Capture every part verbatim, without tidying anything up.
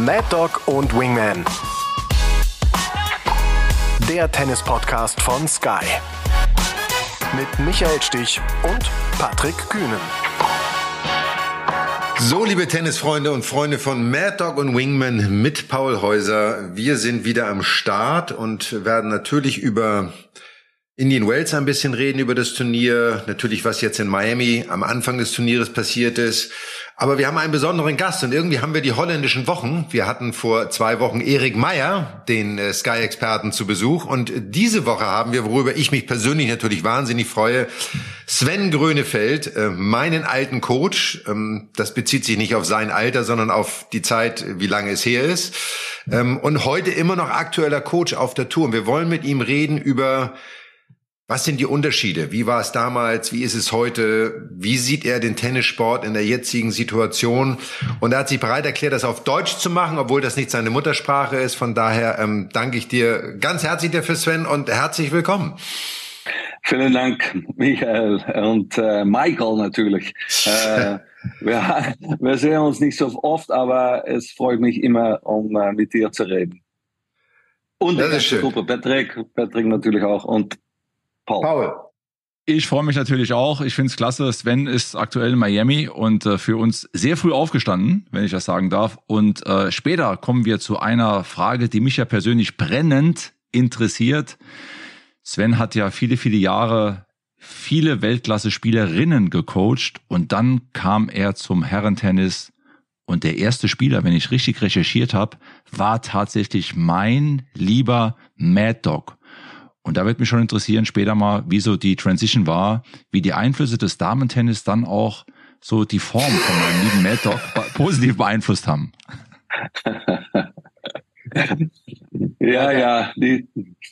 Mad Dog und Wingman. Der Tennis-Podcast von Sky. Mit Michael Stich und Patrick Kühnen. So, liebe Tennisfreunde und Freunde von Mad Dog und Wingman mit Paul Häuser. Wir sind wieder am Start und werden natürlich über Indian Wells ein bisschen reden, über das Turnier. Natürlich, was jetzt in Miami am Anfang des Turnieres passiert ist. Aber wir haben einen besonderen Gast und irgendwie haben wir die holländischen Wochen. Wir hatten vor zwei Wochen Erik Meijer, den äh, Sky-Experten, zu Besuch. Und diese Woche haben wir, worüber ich mich persönlich natürlich wahnsinnig freue, Sven Grönefeld, äh, meinen alten Coach. Ähm, das bezieht sich nicht auf sein Alter, sondern auf die Zeit, wie lange es her ist. Ähm, und heute immer noch aktueller Coach auf der Tour. Und wir wollen mit ihm reden über: Was sind die Unterschiede? Wie war es damals? Wie ist es heute? Wie sieht er den Tennissport in der jetzigen Situation? Und er hat sich bereit erklärt, das auf Deutsch zu machen, obwohl das nicht seine Muttersprache ist. Von daher ähm, danke ich dir ganz herzlich dafür, Sven, und herzlich willkommen. Vielen Dank, Michael und äh, Michael natürlich. äh, wir, wir sehen uns nicht so oft, aber es freut mich immer, um äh, mit dir zu reden. Und das ist schön. Gruppe Patrick, Patrick natürlich auch und Paul. Paul. Ich freue mich natürlich auch. Ich finde es klasse. Sven ist aktuell in Miami und äh, für uns sehr früh aufgestanden, wenn ich das sagen darf. Und äh, später kommen wir zu einer Frage, die mich ja persönlich brennend interessiert. Sven hat ja viele, viele Jahre viele Weltklasse-Spielerinnen gecoacht und dann kam er zum Herrentennis. Und der erste Spieler, wenn ich richtig recherchiert habe, war tatsächlich mein lieber Mad Dog. Und da wird mich schon interessieren später mal, wie so die Transition war, wie die Einflüsse des Damentennis dann auch so die Form von meinem lieben Mad Dog positiv beeinflusst haben. Ja, ja, die,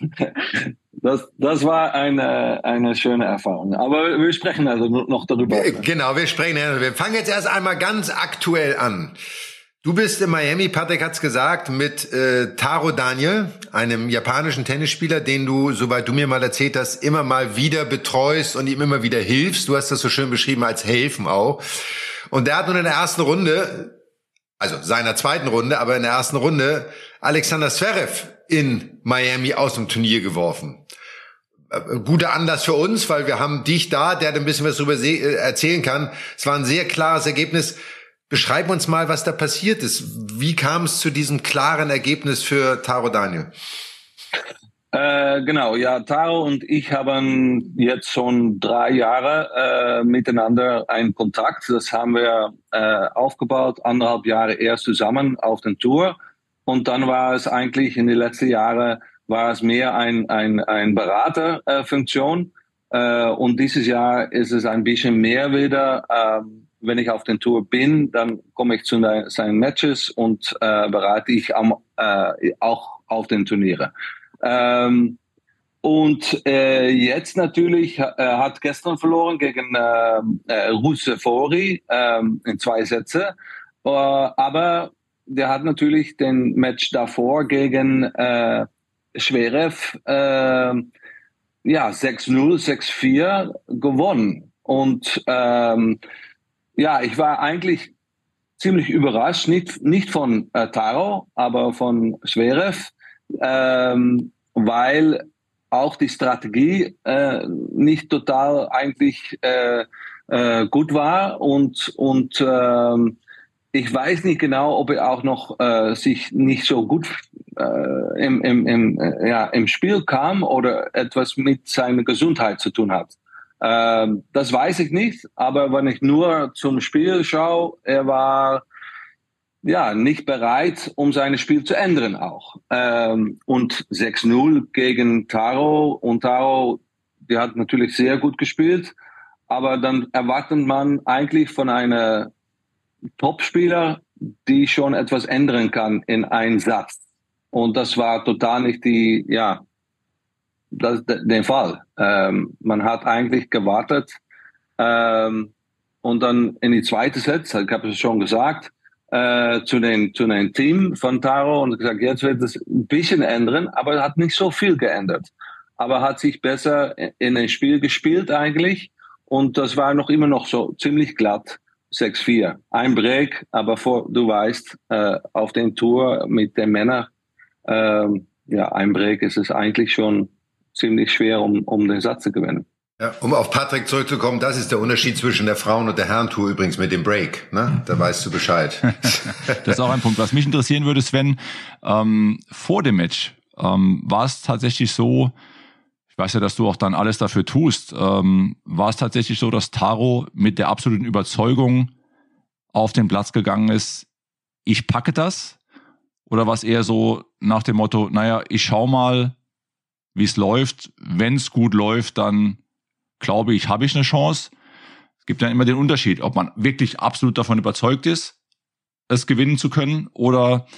das, das war eine, eine schöne Erfahrung. Aber wir sprechen also noch darüber. Genau, wir sprechen. Wir fangen jetzt erst einmal ganz aktuell an. Du bist in Miami, Patrick hat's gesagt, mit äh, Taro Daniel, einem japanischen Tennisspieler, den du, soweit du mir mal erzählt hast, immer mal wieder betreust und ihm immer wieder hilfst. Du hast das so schön beschrieben als helfen auch. Und der hat nun in der ersten Runde, also seiner zweiten Runde, aber in der ersten Runde Alexander Zverev in Miami aus dem Turnier geworfen. Äh, guter Anlass für uns, weil wir haben dich da, der ein bisschen was darüber se- äh, erzählen kann. Es war ein sehr klares Ergebnis. Beschreib uns mal, was da passiert ist. Wie kam es zu diesem klaren Ergebnis für Taro Daniel? Äh, genau, ja, Taro und ich haben jetzt schon drei Jahre äh, miteinander einen Kontakt. Das haben wir äh, aufgebaut, anderthalb Jahre erst zusammen auf den Tour. Und dann war es eigentlich in den letzten Jahren war es mehr ein, ein, ein Beraterfunktion. Äh, und dieses Jahr ist es ein bisschen mehr wieder. Äh, Wenn ich auf den Tour bin, dann komme ich zu seinen Matches und äh, berate ich am, äh, auch auf den Turnieren. Ähm, und äh, jetzt natürlich äh, hat gestern verloren gegen äh, äh, Russefori äh, in zwei Sätze. Äh, aber der hat natürlich den Match davor gegen äh, Zverev äh, ja, sechs null, sechs vier gewonnen. Und ähm, ja, ich war eigentlich ziemlich überrascht, nicht, nicht von äh, Taro, aber von Zverev, ähm, weil auch die Strategie äh, nicht total eigentlich äh, äh, gut war und, und ähm, ich weiß nicht genau, ob er auch noch äh, sich nicht so gut äh, im, im, im, äh, ja, im Spiel kam oder etwas mit seiner Gesundheit zu tun hat. Ähm, das weiß ich nicht, aber wenn ich nur zum Spiel schaue, er war ja nicht bereit, um sein Spiel zu ändern auch. Ähm, und sechs null gegen Taro und Taro, die hat natürlich sehr gut gespielt, aber dann erwartet man eigentlich von einer Topspieler, die schon etwas ändern kann in einen Satz. Und das war total nicht die, ja, das den Fall. Ähm, man hat eigentlich gewartet ähm, und dann in die zweite Set, ich habe es schon gesagt, äh, zu den zu dem Team von Taro und gesagt, jetzt wird es ein bisschen ändern, aber er hat nicht so viel geändert. Aber hat sich besser in ein Spiel gespielt eigentlich und das war noch immer noch so ziemlich glatt. sechs vier. Ein Break, aber vor, du weißt, äh, auf den Tour mit den Männern, äh, ja, ein Break ist es eigentlich schon ziemlich schwer, um, um den Satz zu gewinnen. Ja, um auf Patrick zurückzukommen, das ist der Unterschied zwischen der Frauen- und der Herrentour übrigens mit dem Break. Ne? Da weißt du Bescheid. Das ist auch ein Punkt. Was mich interessieren würde, Sven, ähm, vor dem Match ähm, war es tatsächlich so, ich weiß ja, dass du auch dann alles dafür tust, ähm, war es tatsächlich so, dass Taro mit der absoluten Überzeugung auf den Platz gegangen ist, ich packe das? Oder war es eher so nach dem Motto, naja, ich schau mal, wie es läuft. Wenn es gut läuft, dann glaube ich, habe ich eine Chance. Es gibt ja immer den Unterschied, ob man wirklich absolut davon überzeugt ist, es gewinnen zu können oder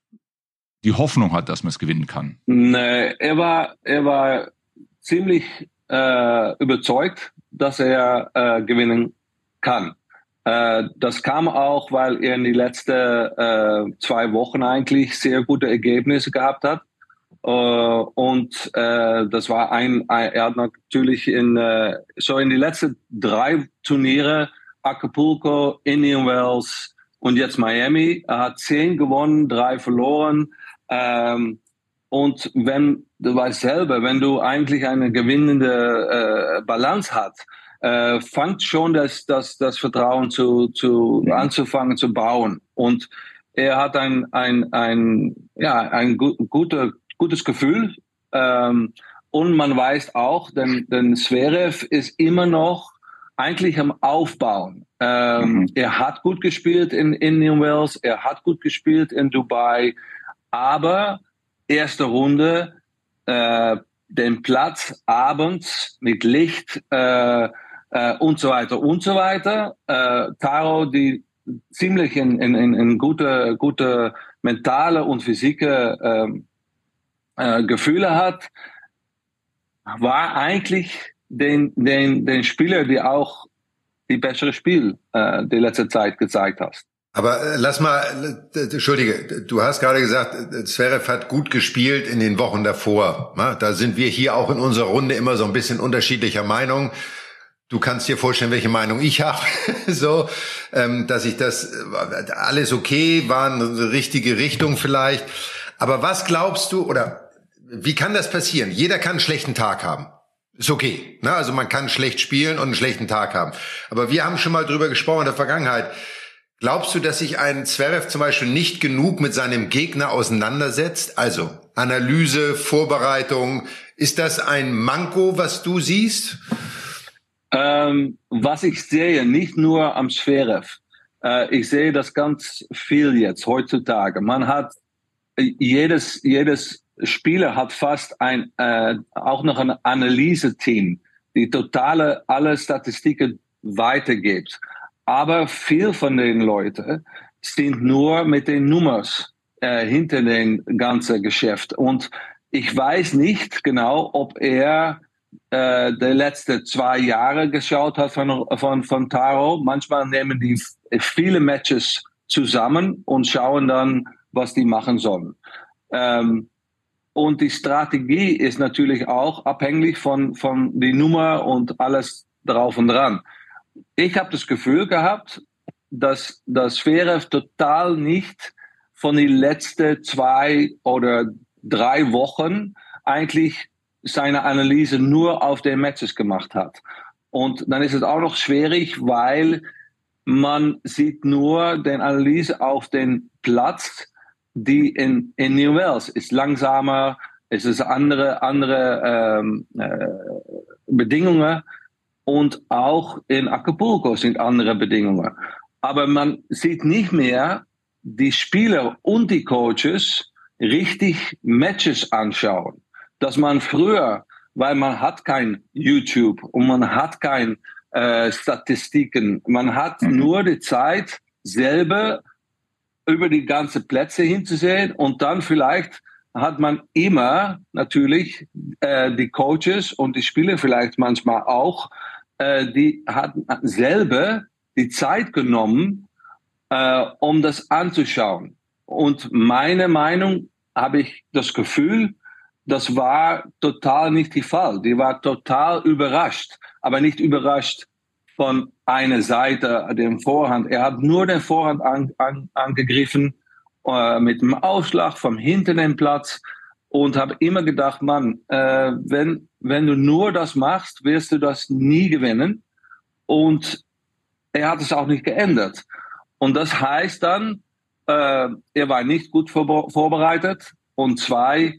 die Hoffnung hat, dass man es gewinnen kann. Nee, er war, er war ziemlich äh, überzeugt, dass er äh, gewinnen kann. Äh, das kam auch, weil er in den letzten äh, zwei Wochen eigentlich sehr gute Ergebnisse gehabt hat. Uh, und uh, das war ein, ein, er hat natürlich in, uh, so in die letzten drei Turniere, Acapulco, Indian Wells und jetzt Miami, er hat zehn gewonnen, drei verloren. Um, und wenn, du weißt selber, wenn du eigentlich eine gewinnende uh, Balance hast, uh, fängt schon das, das, das Vertrauen zu, zu, ja. anzufangen zu bauen. Und er hat ein, ein, ein, ja, ein gu- guter gutes Gefühl, ähm, und man weiß auch, denn, denn Zverev ist immer noch eigentlich am Aufbauen. Ähm, mhm. Er hat gut gespielt in Indian Wells, er hat gut gespielt in Dubai, aber erste Runde, äh, den Platz abends mit Licht äh, äh, und so weiter und so weiter. Äh, Taro, die ziemlich in, in, in, in gute, gute mentale und physische äh, Äh, Gefühle hat, war eigentlich den, den, den Spieler, die auch die bessere Spiel äh, die letzte Zeit gezeigt hast. Aber äh, lass mal, äh, entschuldige, du hast gerade gesagt, Zverev hat gut gespielt in den Wochen davor. Na, da sind wir hier auch in unserer Runde immer so ein bisschen unterschiedlicher Meinung. Du kannst dir vorstellen, welche Meinung ich habe, so, ähm, dass ich das äh, alles okay war, eine richtige Richtung vielleicht. Aber was glaubst du, oder wie kann das passieren? Jeder kann einen schlechten Tag haben. Ist okay. Ne? Also man kann schlecht spielen und einen schlechten Tag haben. Aber wir haben schon mal drüber gesprochen in der Vergangenheit. Glaubst du, dass sich ein Zverev zum Beispiel nicht genug mit seinem Gegner auseinandersetzt? Also Analyse, Vorbereitung. Ist das ein Manko, was du siehst? Ähm, was ich sehe, nicht nur am Zverev. Äh, ich sehe das ganz viel jetzt heutzutage. Man hat jedes, jedes Spieler hat fast ein, äh, auch noch ein Analyse-Team, die totale, alle Statistiken weitergibt. Aber viel von den Leuten sind nur mit den Nummers äh, hinter dem ganzen Geschäft. Und ich weiß nicht genau, ob er äh, die letzten zwei Jahre geschaut hat von, von, von Taro. Manchmal nehmen die viele Matches zusammen und schauen dann, was die machen sollen. Ähm, und die Strategie ist natürlich auch abhängig von, von die Nummer und alles drauf und dran. Ich habe das Gefühl gehabt, dass das Zverev total nicht von den letzten zwei oder drei Wochen eigentlich seine Analyse nur auf den Matches gemacht hat. Und dann ist es auch noch schwierig, weil man sieht nur den Analyse auf den Platz, die in, in New Wells ist langsamer, es ist andere, andere ähm, äh, Bedingungen und auch in Acapulco sind andere Bedingungen. Aber man sieht nicht mehr die Spieler und die Coaches richtig Matches anschauen. Dass man früher, weil man hat kein YouTube und man hat kein äh, Statistiken, man hat mhm. nur die Zeit selber über die ganzen Plätze hinzusehen und dann vielleicht hat man immer natürlich äh, die Coaches und die Spieler vielleicht manchmal auch, äh, die hatten selber die Zeit genommen, äh, um das anzuschauen. Und meine Meinung, habe ich das Gefühl, das war total nicht der Fall. Die war total überrascht, aber nicht überrascht von einer Seite, dem Vorhand. Er hat nur den Vorhand an, an, angegriffen äh, mit dem Aufschlag vom hinteren Platz und habe immer gedacht, Mann, äh, wenn, wenn du nur das machst, wirst du das nie gewinnen. Und er hat es auch nicht geändert. Und das heißt dann, äh, er war nicht gut vor, vorbereitet und zwei,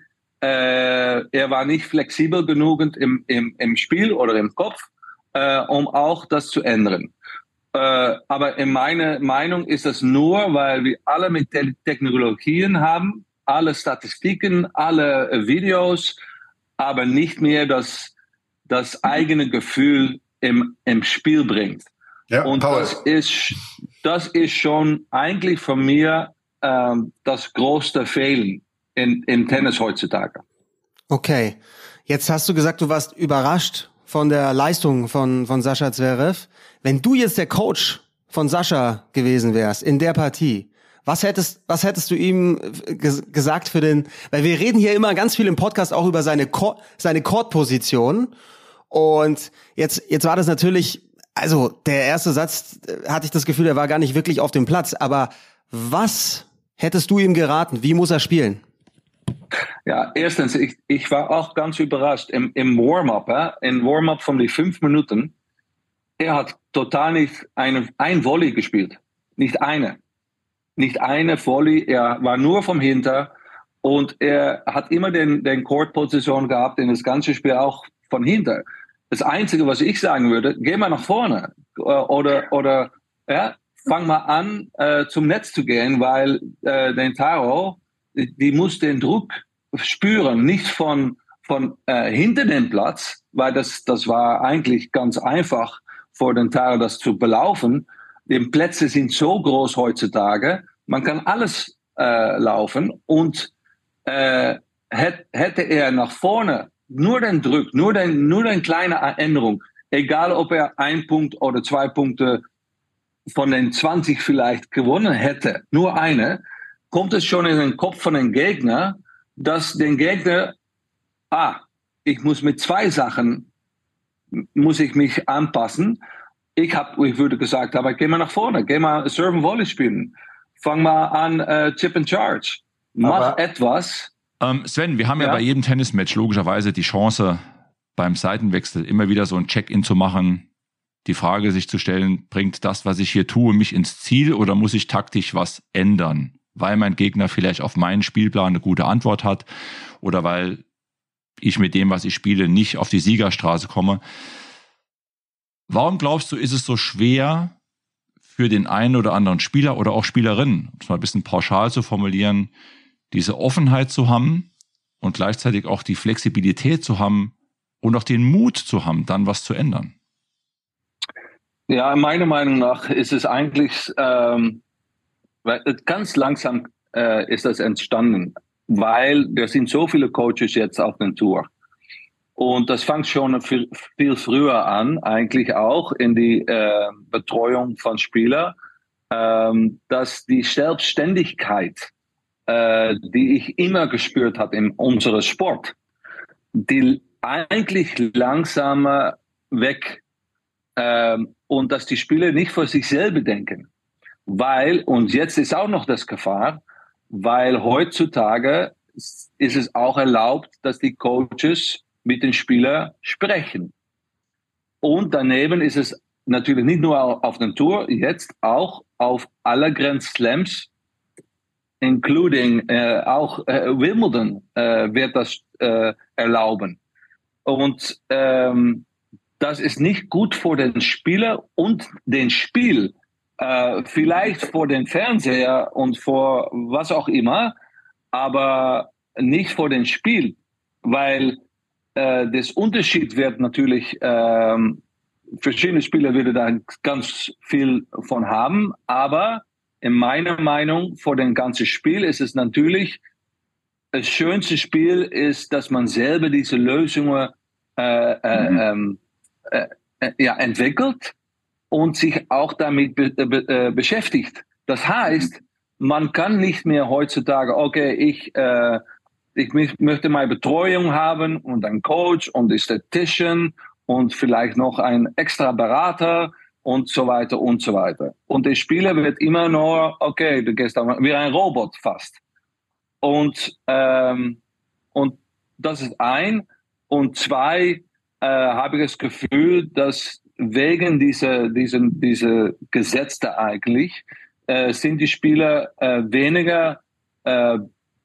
äh, er war nicht flexibel genug im, im, im Spiel oder im Kopf, äh, um auch das zu ändern. Äh, aber in meiner Meinung ist das nur, weil wir alle mit Te- Technologien haben, alle Statistiken, alle äh, Videos, aber nicht mehr das, das eigene Gefühl im, im Spiel bringt. Ja, und Paul. das ist, das ist schon eigentlich von mir ähm, das größte Fehlen in, im Tennis heutzutage. Okay, jetzt hast du gesagt, du warst überrascht von der Leistung von, von Sascha Zverev. Wenn du jetzt der Coach von Sascha gewesen wärst in der Partie, was hättest, was hättest du ihm ges- gesagt für den, weil wir reden hier immer ganz viel im Podcast auch über seine, Ko- seine Court-Position. Und jetzt, jetzt war das natürlich, also der erste Satz, hatte ich das Gefühl, der war gar nicht wirklich auf dem Platz. Aber was hättest du ihm geraten? Wie muss er spielen? Ja, erstens, ich, ich war auch ganz überrascht. Im, im Warm-up, ja, im Warm-up von die fünf Minuten, er hat total nicht eine, ein Volley gespielt. Nicht eine. Nicht eine Volley. Er war nur vom Hinter und er hat immer den, den Court-Position gehabt in das ganze Spiel auch von hinter. Das Einzige, was ich sagen würde, geh mal nach vorne oder, oder ja, fang mal an, äh, zum Netz zu gehen, weil äh, den Taro, die, die muss den Druck spüren, nicht von, von äh, hinter dem Platz, weil das, das war eigentlich ganz einfach vor den Taro, das zu belaufen. Die Plätze sind so groß heutzutage, man kann alles äh, laufen und äh, hätte, hätte er nach vorne nur den Druck, nur den, nur eine kleine Änderung, egal ob er ein Punkt oder zwei Punkte von den zwanzig vielleicht gewonnen hätte, nur eine, kommt es schon in den Kopf von dem Gegner, dass den Gegner, ah, ich muss mit zwei Sachen, muss ich mich anpassen. Ich habe, ich würde gesagt, aber geh mal nach vorne, geh mal Serve and Volley spielen, fang mal an äh, Chip and Charge, mach aber etwas. Ähm, Sven, wir haben ja. ja bei jedem Tennismatch logischerweise die Chance, beim Seitenwechsel immer wieder so ein Check-in zu machen, die Frage sich zu stellen, bringt das, was ich hier tue, mich ins Ziel oder muss ich taktisch was ändern? Weil mein Gegner vielleicht auf meinen Spielplan eine gute Antwort hat oder weil ich mit dem, was ich spiele, nicht auf die Siegerstraße komme. Warum glaubst du, ist es so schwer für den einen oder anderen Spieler oder auch Spielerin, um es mal ein bisschen pauschal zu formulieren, diese Offenheit zu haben und gleichzeitig auch die Flexibilität zu haben und auch den Mut zu haben, dann was zu ändern? Ja, meiner Meinung nach ist es eigentlich, ähm, ganz langsam äh, ist das entstanden, weil da sind so viele Coaches jetzt auf der Tour. Und das fängt schon viel, viel früher an, eigentlich auch in die äh, Betreuung von Spielern, ähm, dass die Selbstständigkeit, äh, die ich immer gespürt habe in unserem Sport, die eigentlich langsamer weg ähm, und dass die Spieler nicht für sich selber denken. Weil, und jetzt ist auch noch das Gefahr, weil heutzutage ist es auch erlaubt, dass die Coaches mit den Spielern sprechen. Und daneben ist es natürlich nicht nur auf der Tour, jetzt auch auf alle Grand Slams, including äh, auch äh, Wimbledon, äh, wird das äh, erlauben. Und ähm, das ist nicht gut für den Spieler und den Spiel. Äh, vielleicht vor den Fernseher und vor was auch immer, aber nicht vor dem Spiel, weil äh, das Unterschied wird natürlich, äh, verschiedene Spieler würde da ganz viel von haben, aber in meiner Meinung vor dem ganzen Spiel ist es natürlich, das schönste Spiel ist, dass man selber diese Lösungen äh, äh, mhm. äh, äh, ja, entwickelt und sich auch damit be- be- beschäftigt. Das heißt, man kann nicht mehr heutzutage, okay, ich, äh, ich möchte mal Betreuung haben und einen Coach und einen Statistician und vielleicht noch einen extra Berater und so weiter und so weiter. Und der Spieler wird immer nur, okay, du gehst da wie ein Robot fast. Und, ähm, und das ist ein. Und zwei, äh, habe ich das Gefühl, dass wegen dieser, diesen, diese Gesetze eigentlich, äh, sind die Spieler äh, weniger, äh,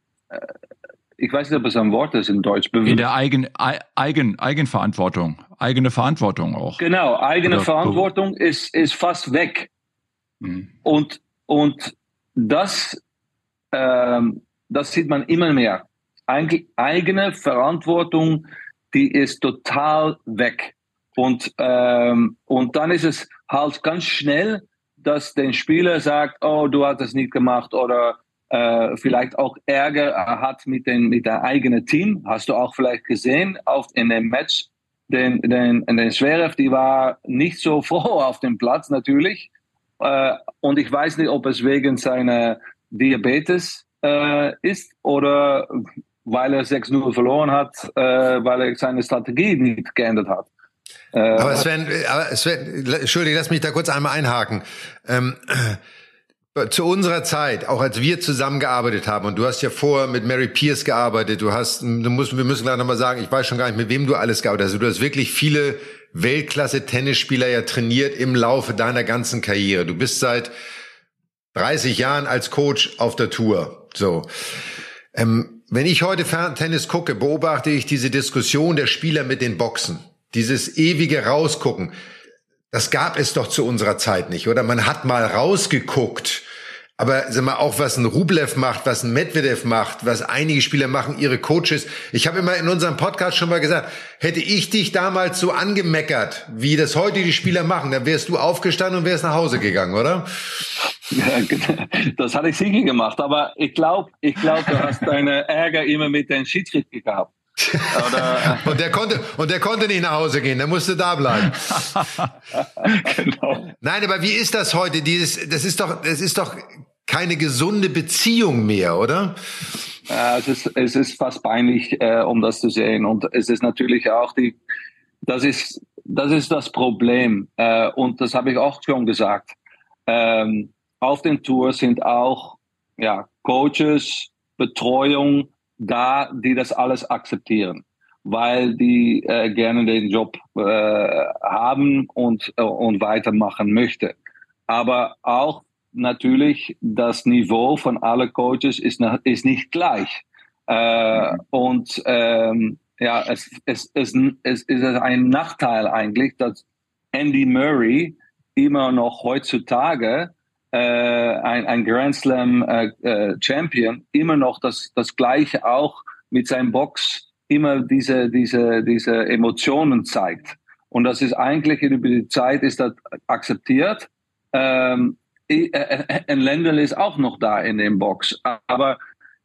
ich weiß nicht, ob es ein Wort ist in Deutsch. In der Eigen, Eigen, Eigenverantwortung. Eigene Verantwortung auch. Genau, eigene Oder Verantwortung ist, ist fast weg. Mhm. Und, und das, ähm, das sieht man immer mehr. Eig- eigene Verantwortung, die ist total weg. Und, ähm, und dann ist es halt ganz schnell, dass der Spieler sagt, oh, du hast das nicht gemacht, oder Äh, vielleicht auch Ärger hat mit dem mit der eigenen Team. Hast du auch vielleicht gesehen auf in dem Match, den den den Zverev, die war nicht so froh auf dem Platz natürlich. Äh, und ich weiß nicht, ob es wegen seiner Diabetes äh, ist oder weil er sechs null verloren hat, äh, weil er seine Strategie nicht geändert hat. Äh, aber Sven, aber Sven, Entschuldigung, lass mich da kurz einmal einhaken. Ähm, Zu unserer Zeit, auch als wir zusammengearbeitet haben, und du hast ja vorher mit Mary Pierce gearbeitet, du hast, du musst, wir müssen gleich nochmal sagen, ich weiß schon gar nicht, mit wem du alles gearbeitet hast. Du hast wirklich viele Weltklasse-Tennisspieler ja trainiert im Laufe deiner ganzen Karriere. Du bist seit dreißig Jahren als Coach auf der Tour. So. Ähm, wenn ich heute Tennis gucke, beobachte ich diese Diskussion der Spieler mit den Boxen. Dieses ewige Rausgucken. Das gab es doch zu unserer Zeit nicht, oder? Man hat mal rausgeguckt. Aber sag mal, auch was ein Rublev macht, was ein Medvedev macht, was einige Spieler machen, ihre Coaches. Ich habe immer in unserem Podcast schon mal gesagt, hätte ich dich damals so angemeckert, wie das heute die Spieler machen, dann wärst du aufgestanden und wärst nach Hause gegangen, oder? Ja, das hatte ich sicher gemacht. Aber ich glaube, ich glaub, du hast deine Ärger immer mit den Schiedsrichter gehabt. Oder, und der konnte und der konnte nicht nach Hause gehen, der musste da bleiben. Genau. Nein, aber wie ist das heute? Dieses, das ist doch, das ist doch keine gesunde Beziehung mehr, oder? Ja, es ist, es ist fast peinlich, äh, um das zu sehen. Und es ist natürlich auch die, das ist, das ist das Problem. Äh, und das habe ich auch schon gesagt. Ähm, auf den Tours sind auch, ja, Coaches, Betreuung da, die das alles akzeptieren, weil die äh, gerne den Job äh, haben und, äh, und weitermachen möchte. Aber auch natürlich das Niveau von allen Coaches ist, ist nicht gleich. Äh, mhm. Und ähm, ja, es, es, es, es ist ein Nachteil eigentlich, dass Andy Murray immer noch heutzutage Äh, ein, ein Grand Slam äh, äh, Champion immer noch das, das Gleiche auch mit seinem Box immer diese, diese, diese Emotionen zeigt. Und das ist eigentlich über die Zeit ist das akzeptiert. Ähm, äh, äh, ein Lendl ist auch noch da in dem Box. Aber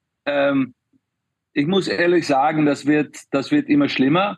ähm, ich muss ehrlich sagen, das wird, das wird immer schlimmer.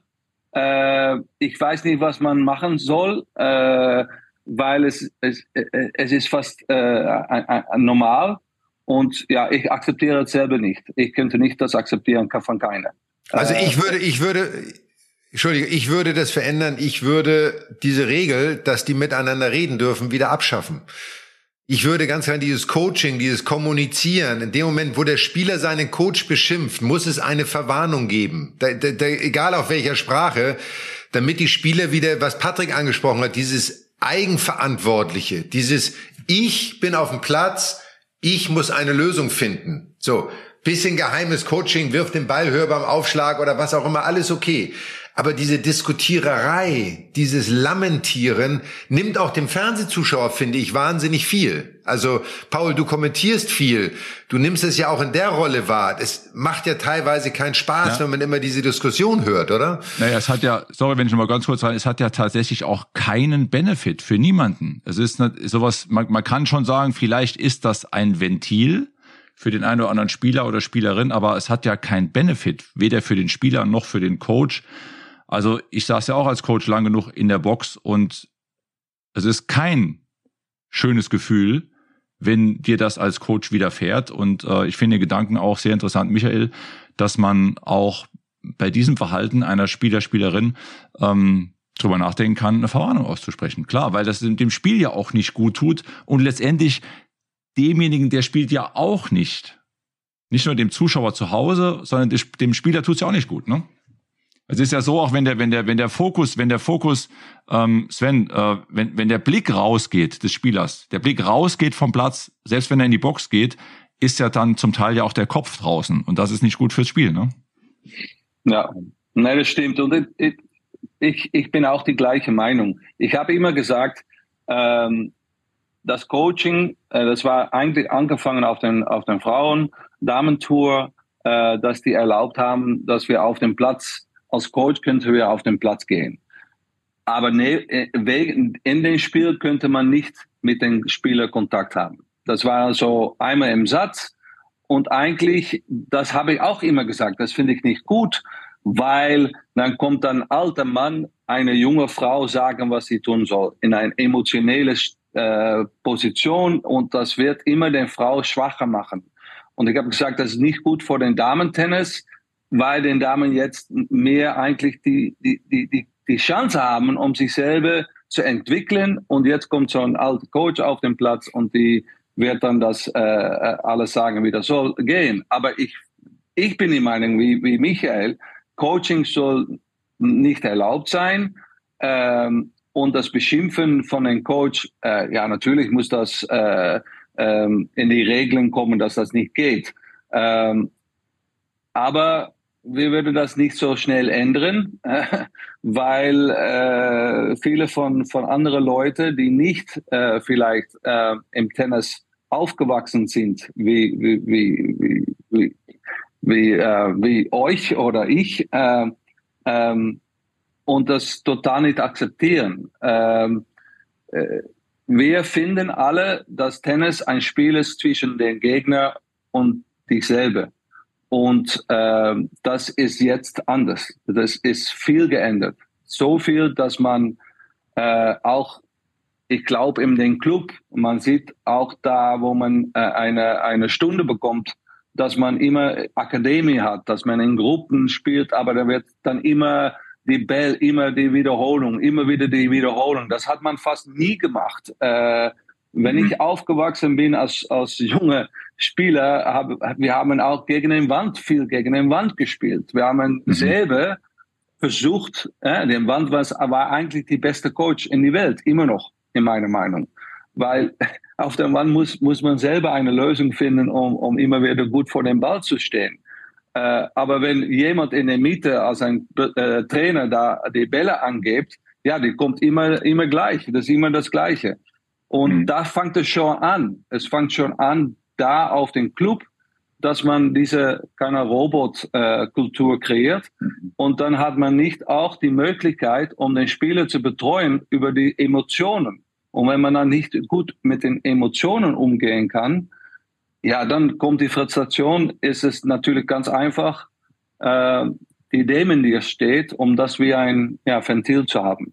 Äh, ich weiß nicht, was man machen soll. Äh, weil es, es, es ist fast äh, ein, ein, normal und ja, ich akzeptiere es selber nicht. Ich könnte nicht das akzeptieren von keiner. Also ich würde, ich würde, Entschuldige, ich würde das verändern. Ich würde diese Regel, dass die miteinander reden dürfen, wieder abschaffen. Ich würde ganz klar dieses Coaching, dieses Kommunizieren, in dem Moment, wo der Spieler seinen Coach beschimpft, muss es eine Verwarnung geben. Da, da, da, egal auf welcher Sprache, damit die Spieler wieder, was Patrick angesprochen hat, dieses Eigenverantwortliche, dieses ich bin auf dem Platz, ich muss eine Lösung finden. So, bisschen geheimes Coaching, wirf den Ball höher beim Aufschlag oder was auch immer, alles okay. Aber diese Diskutiererei, dieses Lamentieren nimmt auch dem Fernsehzuschauer, finde ich, wahnsinnig viel. Also, Paul, du kommentierst viel. Du nimmst es ja auch in der Rolle wahr. Es macht ja teilweise keinen Spaß, ja, wenn man immer diese Diskussion hört, oder? Naja, es hat ja, sorry, wenn ich noch mal ganz kurz sage, es hat ja tatsächlich auch keinen Benefit für niemanden. Es ist nicht, sowas, man, man kann schon sagen, vielleicht ist das ein Ventil für den einen oder anderen Spieler oder Spielerin, aber es hat ja keinen Benefit, weder für den Spieler noch für den Coach. Also ich saß ja auch als Coach lang genug in der Box und es ist kein schönes Gefühl, wenn dir das als Coach widerfährt. Und äh, ich finde den Gedanken auch sehr interessant, Michael, dass man auch bei diesem Verhalten einer Spieler, Spielerin ähm, drüber nachdenken kann, eine Verwarnung auszusprechen. Klar, weil das dem Spiel ja auch nicht gut tut und letztendlich demjenigen, der spielt ja auch nicht. Nicht nur dem Zuschauer zu Hause, sondern dem Spieler tut es ja auch nicht gut, ne? Es ist ja so, auch wenn der, wenn der, wenn der Fokus, wenn der Fokus, ähm, Sven, äh, wenn, wenn der Blick rausgeht des Spielers, der Blick rausgeht vom Platz, selbst wenn er in die Box geht, ist ja dann zum Teil ja auch der Kopf draußen. Und das ist nicht gut fürs Spiel, ne? Ja, nein, das stimmt. Und ich, ich, ich bin auch die gleiche Meinung. Ich habe immer gesagt, ähm, das Coaching, äh, das war eigentlich angefangen auf den, auf den Frauen-Damentour, äh, dass die erlaubt haben, dass wir auf dem Platz als Coach könnten wir auf den Platz gehen. Aber ne, in dem Spiel könnte man nicht mit den Spielern Kontakt haben. Das war so einmal im Satz. Und eigentlich, das habe ich auch immer gesagt, das finde ich nicht gut, weil dann kommt ein alter Mann, eine junge Frau sagen, was sie tun soll, in eine emotionelle äh, Position. Und das wird immer den Frau schwacher machen. Und ich habe gesagt, das ist nicht gut für den Damentennis, weil den Damen jetzt mehr eigentlich die, die, die, die, die Chance haben, um sich selber zu entwickeln. Und jetzt kommt so ein alter Coach auf den Platz und die wird dann das äh, alles sagen, wie das soll gehen. Aber ich, ich bin der Meinung, wie, wie Michael, Coaching soll nicht erlaubt sein. Ähm, und das Beschimpfen von dem Coach, äh, ja, natürlich muss das äh, ähm, in die Regeln kommen, dass das nicht geht. Ähm, aber wir würden das nicht so schnell ändern, äh, weil äh, viele von, von anderen Leuten, die nicht äh, vielleicht äh, im Tennis aufgewachsen sind, wie, wie, wie, wie, wie, wie, äh, wie euch oder ich, äh, ähm, und das total nicht akzeptieren. Ähm, äh, wir finden alle, dass Tennis ein Spiel ist zwischen dem Gegner und dich selber. Und äh, das ist jetzt anders. Das ist viel geändert. So viel, dass man äh, auch, ich glaube, in den Club, man sieht auch da, wo man äh, eine, eine Stunde bekommt, dass man immer Akademie hat, dass man in Gruppen spielt, aber da wird dann immer die Bell, immer die Wiederholung, immer wieder die Wiederholung. Das hat man fast nie gemacht. Äh, wenn mhm. ich aufgewachsen bin als, als junger Spieler, hab, wir haben auch gegen den Wand, viel gegen den Wand gespielt. Wir haben mhm. selber versucht, äh, der Wand war, war eigentlich die beste Coach in der Welt, immer noch, in meiner Meinung. Weil auf der Wand muss, muss man selber eine Lösung finden, um, um immer wieder gut vor dem Ball zu stehen. Äh, aber wenn jemand in der Mitte als ein äh, Trainer da die Bälle angibt, ja, die kommt immer, immer gleich. Das ist immer das Gleiche. Und mhm. da fängt es schon an. Es fängt schon an, da auf den Club, dass man diese keine Robot-Kultur äh, kreiert. Mhm. Und dann hat man nicht auch die Möglichkeit, um den Spieler zu betreuen über die Emotionen. Und wenn man dann nicht gut mit den Emotionen umgehen kann, ja, dann kommt die Frustration. Ist es natürlich ganz einfach, äh, die Idee, in dir steht, um das wie ein ja, Ventil zu haben.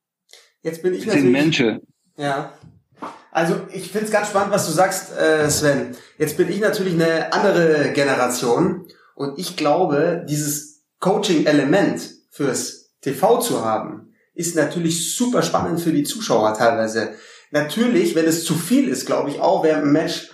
Jetzt bin ich das sind Menschen. Ja. Also ich finde es ganz spannend, was du sagst, äh, Sven. Jetzt bin ich natürlich eine andere Generation und ich glaube, dieses Coaching-Element fürs T V zu haben, ist natürlich super spannend für die Zuschauer teilweise. Natürlich, wenn es zu viel ist, glaube ich auch, während einem Match,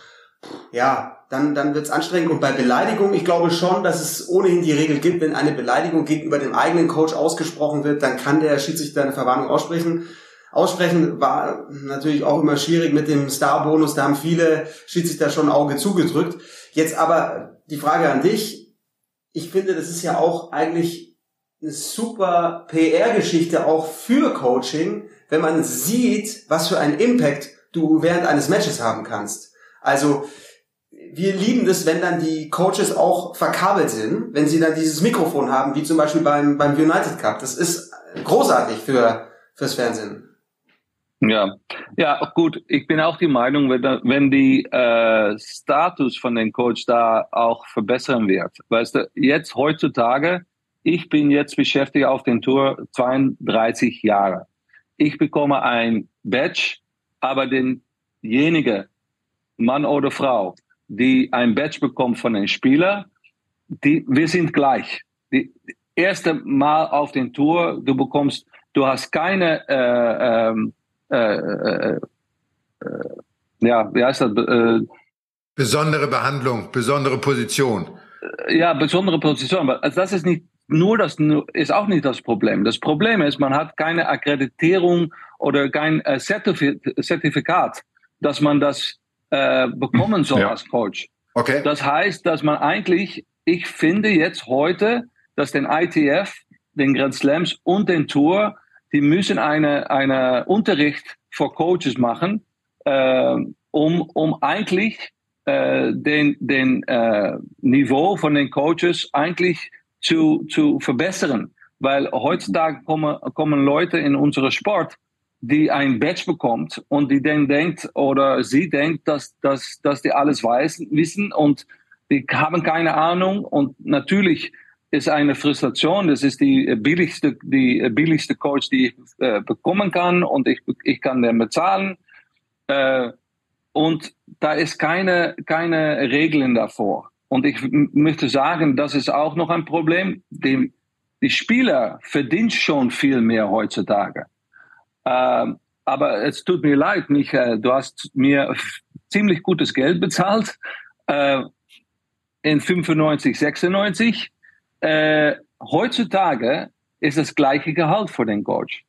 ja, dann, dann wird es anstrengend. Und bei Beleidigung, ich glaube schon, dass es ohnehin die Regel gibt, wenn eine Beleidigung gegenüber dem eigenen Coach ausgesprochen wird, dann kann der Schiedsrichter eine Verwarnung aussprechen. Aussprechen war natürlich auch immer schwierig mit dem Star-Bonus, da haben viele Schiedsrichter schon ein Auge zugedrückt. Jetzt aber die Frage an dich. Ich finde, das ist ja auch eigentlich eine super P R-Geschichte auch für Coaching, wenn man sieht, was für einen Impact du während eines Matches haben kannst. Also wir lieben das, wenn dann die Coaches auch verkabelt sind, wenn sie dann dieses Mikrofon haben, wie zum Beispiel beim beim United Cup. Das ist großartig für fürs Fernsehen. Ja, ja, gut. Ich bin auch die Meinung, wenn, wenn die äh, Status von den Coach da auch verbessern wird. Weißt du, jetzt heutzutage, ich bin jetzt beschäftigt auf den Tour zweiunddreißig Jahre. Ich bekomme ein Badge, aber denjenige, Mann oder Frau, die ein Badge bekommt von den Spielern, die, wir sind gleich. Die erste Mal auf den Tour, du bekommst Du hast keine, äh, äh, äh, äh, ja, wie heißt das? Äh, besondere Behandlung, besondere Position. Ja, besondere Position. Also das ist nicht nur das, ist auch nicht das Problem. Das Problem ist, man hat keine Akkreditierung oder kein äh, Zertifikat, dass man das äh, bekommen soll ja. als Coach. Okay. Das heißt, dass man eigentlich, ich finde jetzt heute, dass den I T F, den Grand Slams und den Tour, die müssen eine, eine Unterricht für Coaches machen, äh, um, um eigentlich äh, den, den äh, Niveau von den Coaches eigentlich zu, zu verbessern. Weil heutzutage kommen, kommen Leute in unseren Sport, die ein Badge bekommt und die dann denkt oder sie denkt, dass, dass, dass die alles weiß, wissen und die haben keine Ahnung. Und natürlich ist eine Frustration, das ist die billigste, die billigste Coach, die ich äh, bekommen kann und ich, ich kann den bezahlen. Äh, und da ist keine, keine Regeln davor. Und ich m- möchte sagen, das ist auch noch ein Problem. Die, die Spieler verdienen schon viel mehr heutzutage. Ähm, aber es tut mir leid, Michael, du hast mir f- ziemlich gutes Geld bezahlt äh, in fünfundneunzig, sechsundneunzig. Äh, heutzutage ist das gleiche Gehalt für den Coach.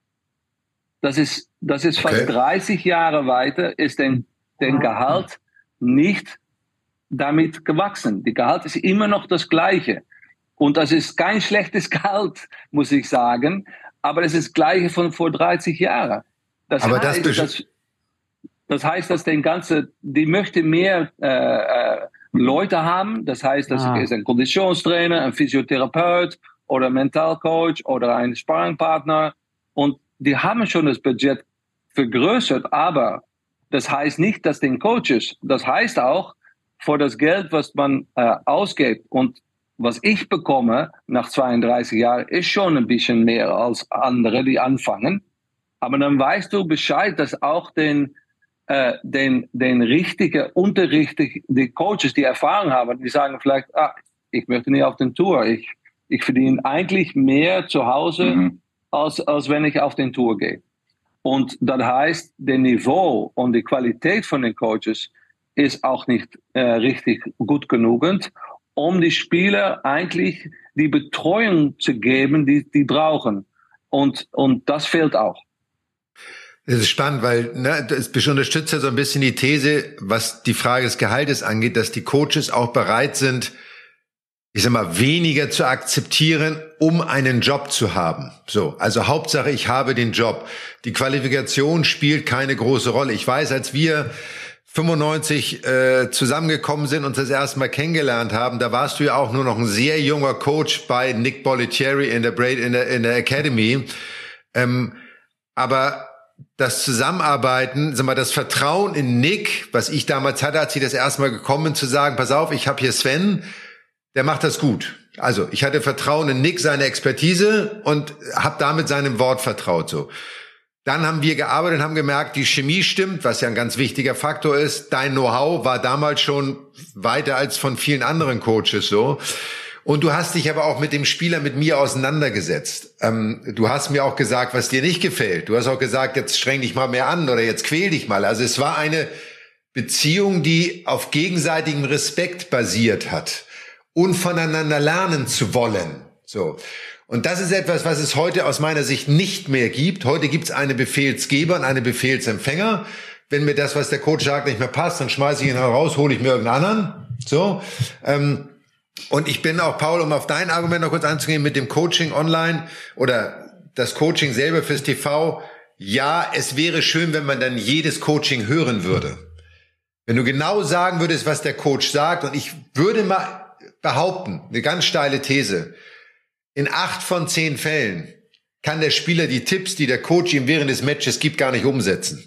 Das ist, das ist fast okay. dreißig Jahre weiter, ist den, den Gehalt nicht damit gewachsen. Die Gehalt ist immer noch das gleiche. Und das ist kein schlechtes Gehalt, muss ich sagen. Aber es ist das gleiche von vor dreißig Jahren. Das aber heißt, das, dass, das heißt, dass den ganze, die möchte mehr äh, Leute haben. Das heißt, das ah. ist ein Konditionstrainer, ein Physiotherapeut oder ein Mentalcoach oder ein Sparringpartner. Und die haben schon das Budget vergrößert. Aber das heißt nicht, dass den Coaches, das heißt auch, für das Geld, was man äh, ausgibt und was ich bekomme nach zweiunddreißig Jahren, ist schon ein bisschen mehr als andere, die anfangen. Aber dann weißt du Bescheid, dass auch den, äh, den, den richtigen Unterricht, die Coaches, die Erfahrung haben, die sagen vielleicht, ah, ich möchte nicht auf den Tour. Ich, ich verdiene eigentlich mehr zu Hause, mhm. als, als wenn ich auf den Tour gehe. Und das heißt, der Niveau und die Qualität von den Coaches ist auch nicht äh, richtig gut genug, um die Spieler eigentlich die Betreuung zu geben, die die brauchen. Und, und das fehlt auch. Das ist spannend, weil ne, das unterstützt ja so ein bisschen die These, was die Frage des Gehaltes angeht, dass die Coaches auch bereit sind, ich sag mal, weniger zu akzeptieren, um einen Job zu haben. So, also Hauptsache, ich habe den Job. Die Qualifikation spielt keine große Rolle. Ich weiß, als wir fünfundneunzig äh, zusammengekommen sind und uns das erste Mal kennengelernt haben, da warst du ja auch nur noch ein sehr junger Coach bei Nick Bollettieri in der Braid in der in der Academy. Ähm, aber das Zusammenarbeiten, sag mal, das Vertrauen in Nick, was ich damals hatte, als ich das erste Mal gekommen bin, zu sagen, pass auf, ich habe hier Sven, der macht das gut. Also ich hatte Vertrauen in Nick, seine Expertise und habe damit seinem Wort vertraut. So. Dann haben wir gearbeitet und haben gemerkt, die Chemie stimmt, was ja ein ganz wichtiger Faktor ist. Dein Know-how war damals schon weiter als von vielen anderen Coaches so. Und du hast dich aber auch mit dem Spieler, mit mir auseinandergesetzt. Ähm, du hast mir auch gesagt, was dir nicht gefällt. Du hast auch gesagt, jetzt streng dich mal mehr an oder jetzt quäl dich mal. Also es war eine Beziehung, die auf gegenseitigem Respekt basiert hat und voneinander lernen zu wollen. So. Und das ist etwas, was es heute aus meiner Sicht nicht mehr gibt. Heute gibt es eine Befehlsgeber und eine Befehlsempfänger. Wenn mir das, was der Coach sagt, nicht mehr passt, dann schmeiße ich ihn raus, hole ich mir irgendeinen anderen. So. Ähm, und ich bin auch, Paul, um auf dein Argument noch kurz anzugehen, mit dem Coaching online oder das Coaching selber fürs T V. Ja, es wäre schön, wenn man dann jedes Coaching hören würde. Wenn du genau sagen würdest, was der Coach sagt, und ich würde mal behaupten, eine ganz steile These, in acht von zehn Fällen kann der Spieler die Tipps, die der Coach ihm während des Matches gibt, gar nicht umsetzen.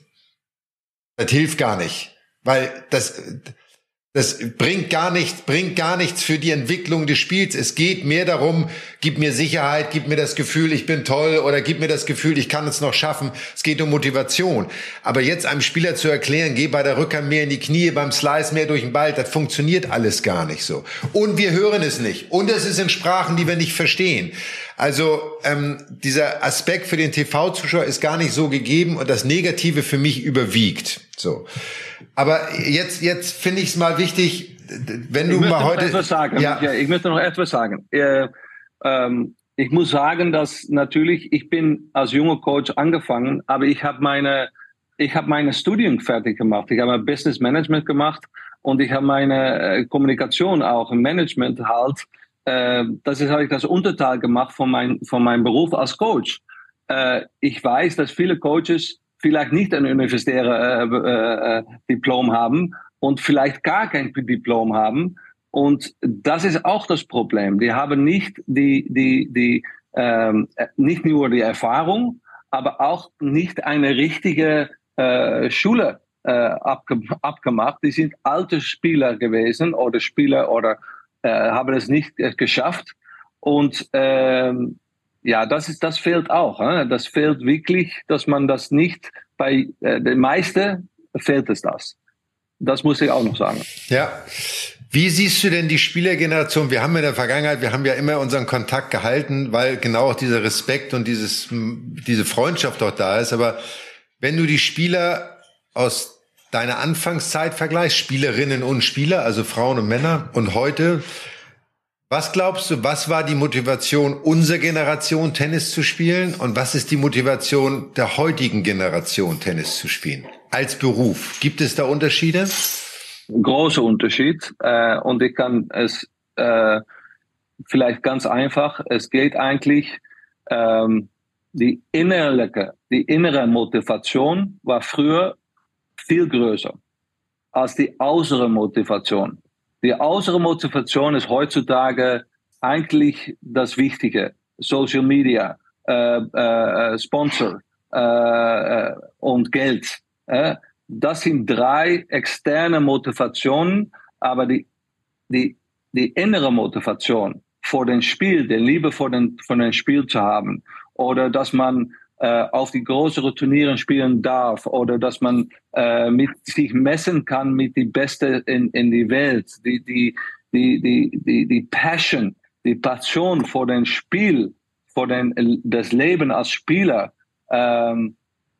Das hilft gar nicht, weil das, das bringt gar nichts, bringt gar nichts für die Entwicklung des Spiels. Es geht mehr darum, gib mir Sicherheit, gib mir das Gefühl, ich bin toll, oder gib mir das Gefühl, ich kann es noch schaffen. Es geht um Motivation. Aber jetzt einem Spieler zu erklären, geh bei der Rückhand mehr in die Knie, beim Slice mehr durch den Ball, das funktioniert alles gar nicht so. Und wir hören es nicht. Und es ist in Sprachen, die wir nicht verstehen. Also ähm, dieser Aspekt für den T V-Zuschauer ist gar nicht so gegeben und das Negative für mich überwiegt. So, aber jetzt jetzt finde ich es mal wichtig, wenn du ich mal heute. Noch etwas sagen. Ja. Ja, ich möchte noch etwas sagen. Äh, ähm, ich muss sagen, dass natürlich ich bin als junger Coach angefangen, aber ich habe meine ich habe meine Studien fertig gemacht. Ich habe Business Management gemacht und ich habe meine äh, Kommunikation auch im Management halt. Äh, das ist habe ich das Unterteil gemacht von meinem von meinem Beruf als Coach. Äh, ich weiß, dass viele Coaches vielleicht nicht ein universitäres äh, äh, Diplom haben und vielleicht gar kein Diplom haben. Und das ist auch das Problem. Die haben nicht die die die ähm, nicht nur die Erfahrung, aber auch nicht eine richtige äh, Schule äh, abge abgemacht. Die sind alte Spieler gewesen oder Spieler oder äh, haben es nicht äh, geschafft. Und ähm, ja, das ist das fehlt auch. Äh? Das fehlt wirklich, dass man das nicht bei äh, den meisten fehlt es das. Das muss ich auch noch sagen. Ja. Wie siehst du denn die Spielergeneration? Wir haben in der Vergangenheit, wir haben ja immer unseren Kontakt gehalten, weil genau auch dieser Respekt und dieses, diese Freundschaft auch da ist. Aber wenn du die Spieler aus deiner Anfangszeit vergleichst, Spielerinnen und Spieler, also Frauen und Männer, und heute, was glaubst du, was war die Motivation unserer Generation, Tennis zu spielen? Und was ist die Motivation der heutigen Generation, Tennis zu spielen? Als Beruf. Gibt es da Unterschiede? Großer Unterschied. Äh, und ich kann es äh, vielleicht ganz einfach. Es geht eigentlich, ähm, die innerliche, die innere Motivation war früher viel größer als die äußere Motivation. Die äußere Motivation ist heutzutage eigentlich das Wichtige. Social Media, äh, äh, Sponsor äh, und Geld. Äh. Das sind drei externe Motivationen, aber die, die, die innere Motivation vor dem Spiel, die Liebe vor dem, vor dem Spiel zu haben, oder dass man äh, auf die größeren Turniere spielen darf, oder dass man äh, mit sich messen kann mit die Beste in, in die Welt, die, die, die, die, die, die Passion, die Passion vor dem Spiel, vor dem, das Leben als Spieler, ähm,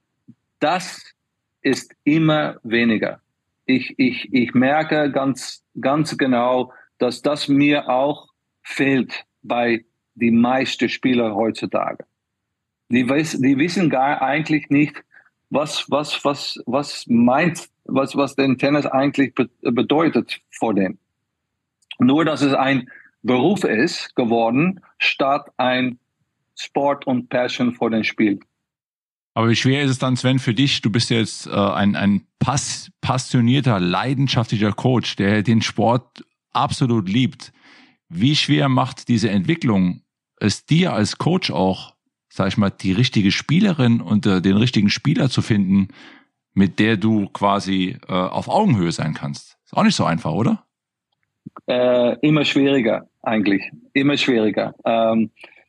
das ist immer weniger. Ich, ich, ich merke ganz, ganz genau, dass das mir auch fehlt bei den meisten Spielern heutzutage. Die, weiß, die wissen gar eigentlich nicht, was, was, was, was meint, was, was den Tennis eigentlich be bedeutet vor denen. Nur, dass es ein Beruf ist geworden, statt ein Sport und Passion vor dem Spiel. Aber wie schwer ist es dann, Sven, für dich? Du bist jetzt äh, ein, ein pass passionierter, leidenschaftlicher Coach, der den Sport absolut liebt. Wie schwer macht diese Entwicklung es dir als Coach auch, sag ich mal, die richtige Spielerin und äh, den richtigen Spieler zu finden, mit der du quasi äh, auf Augenhöhe sein kannst? Ist auch nicht so einfach, oder? Äh, immer schwieriger, eigentlich. Immer schwieriger. Ähm,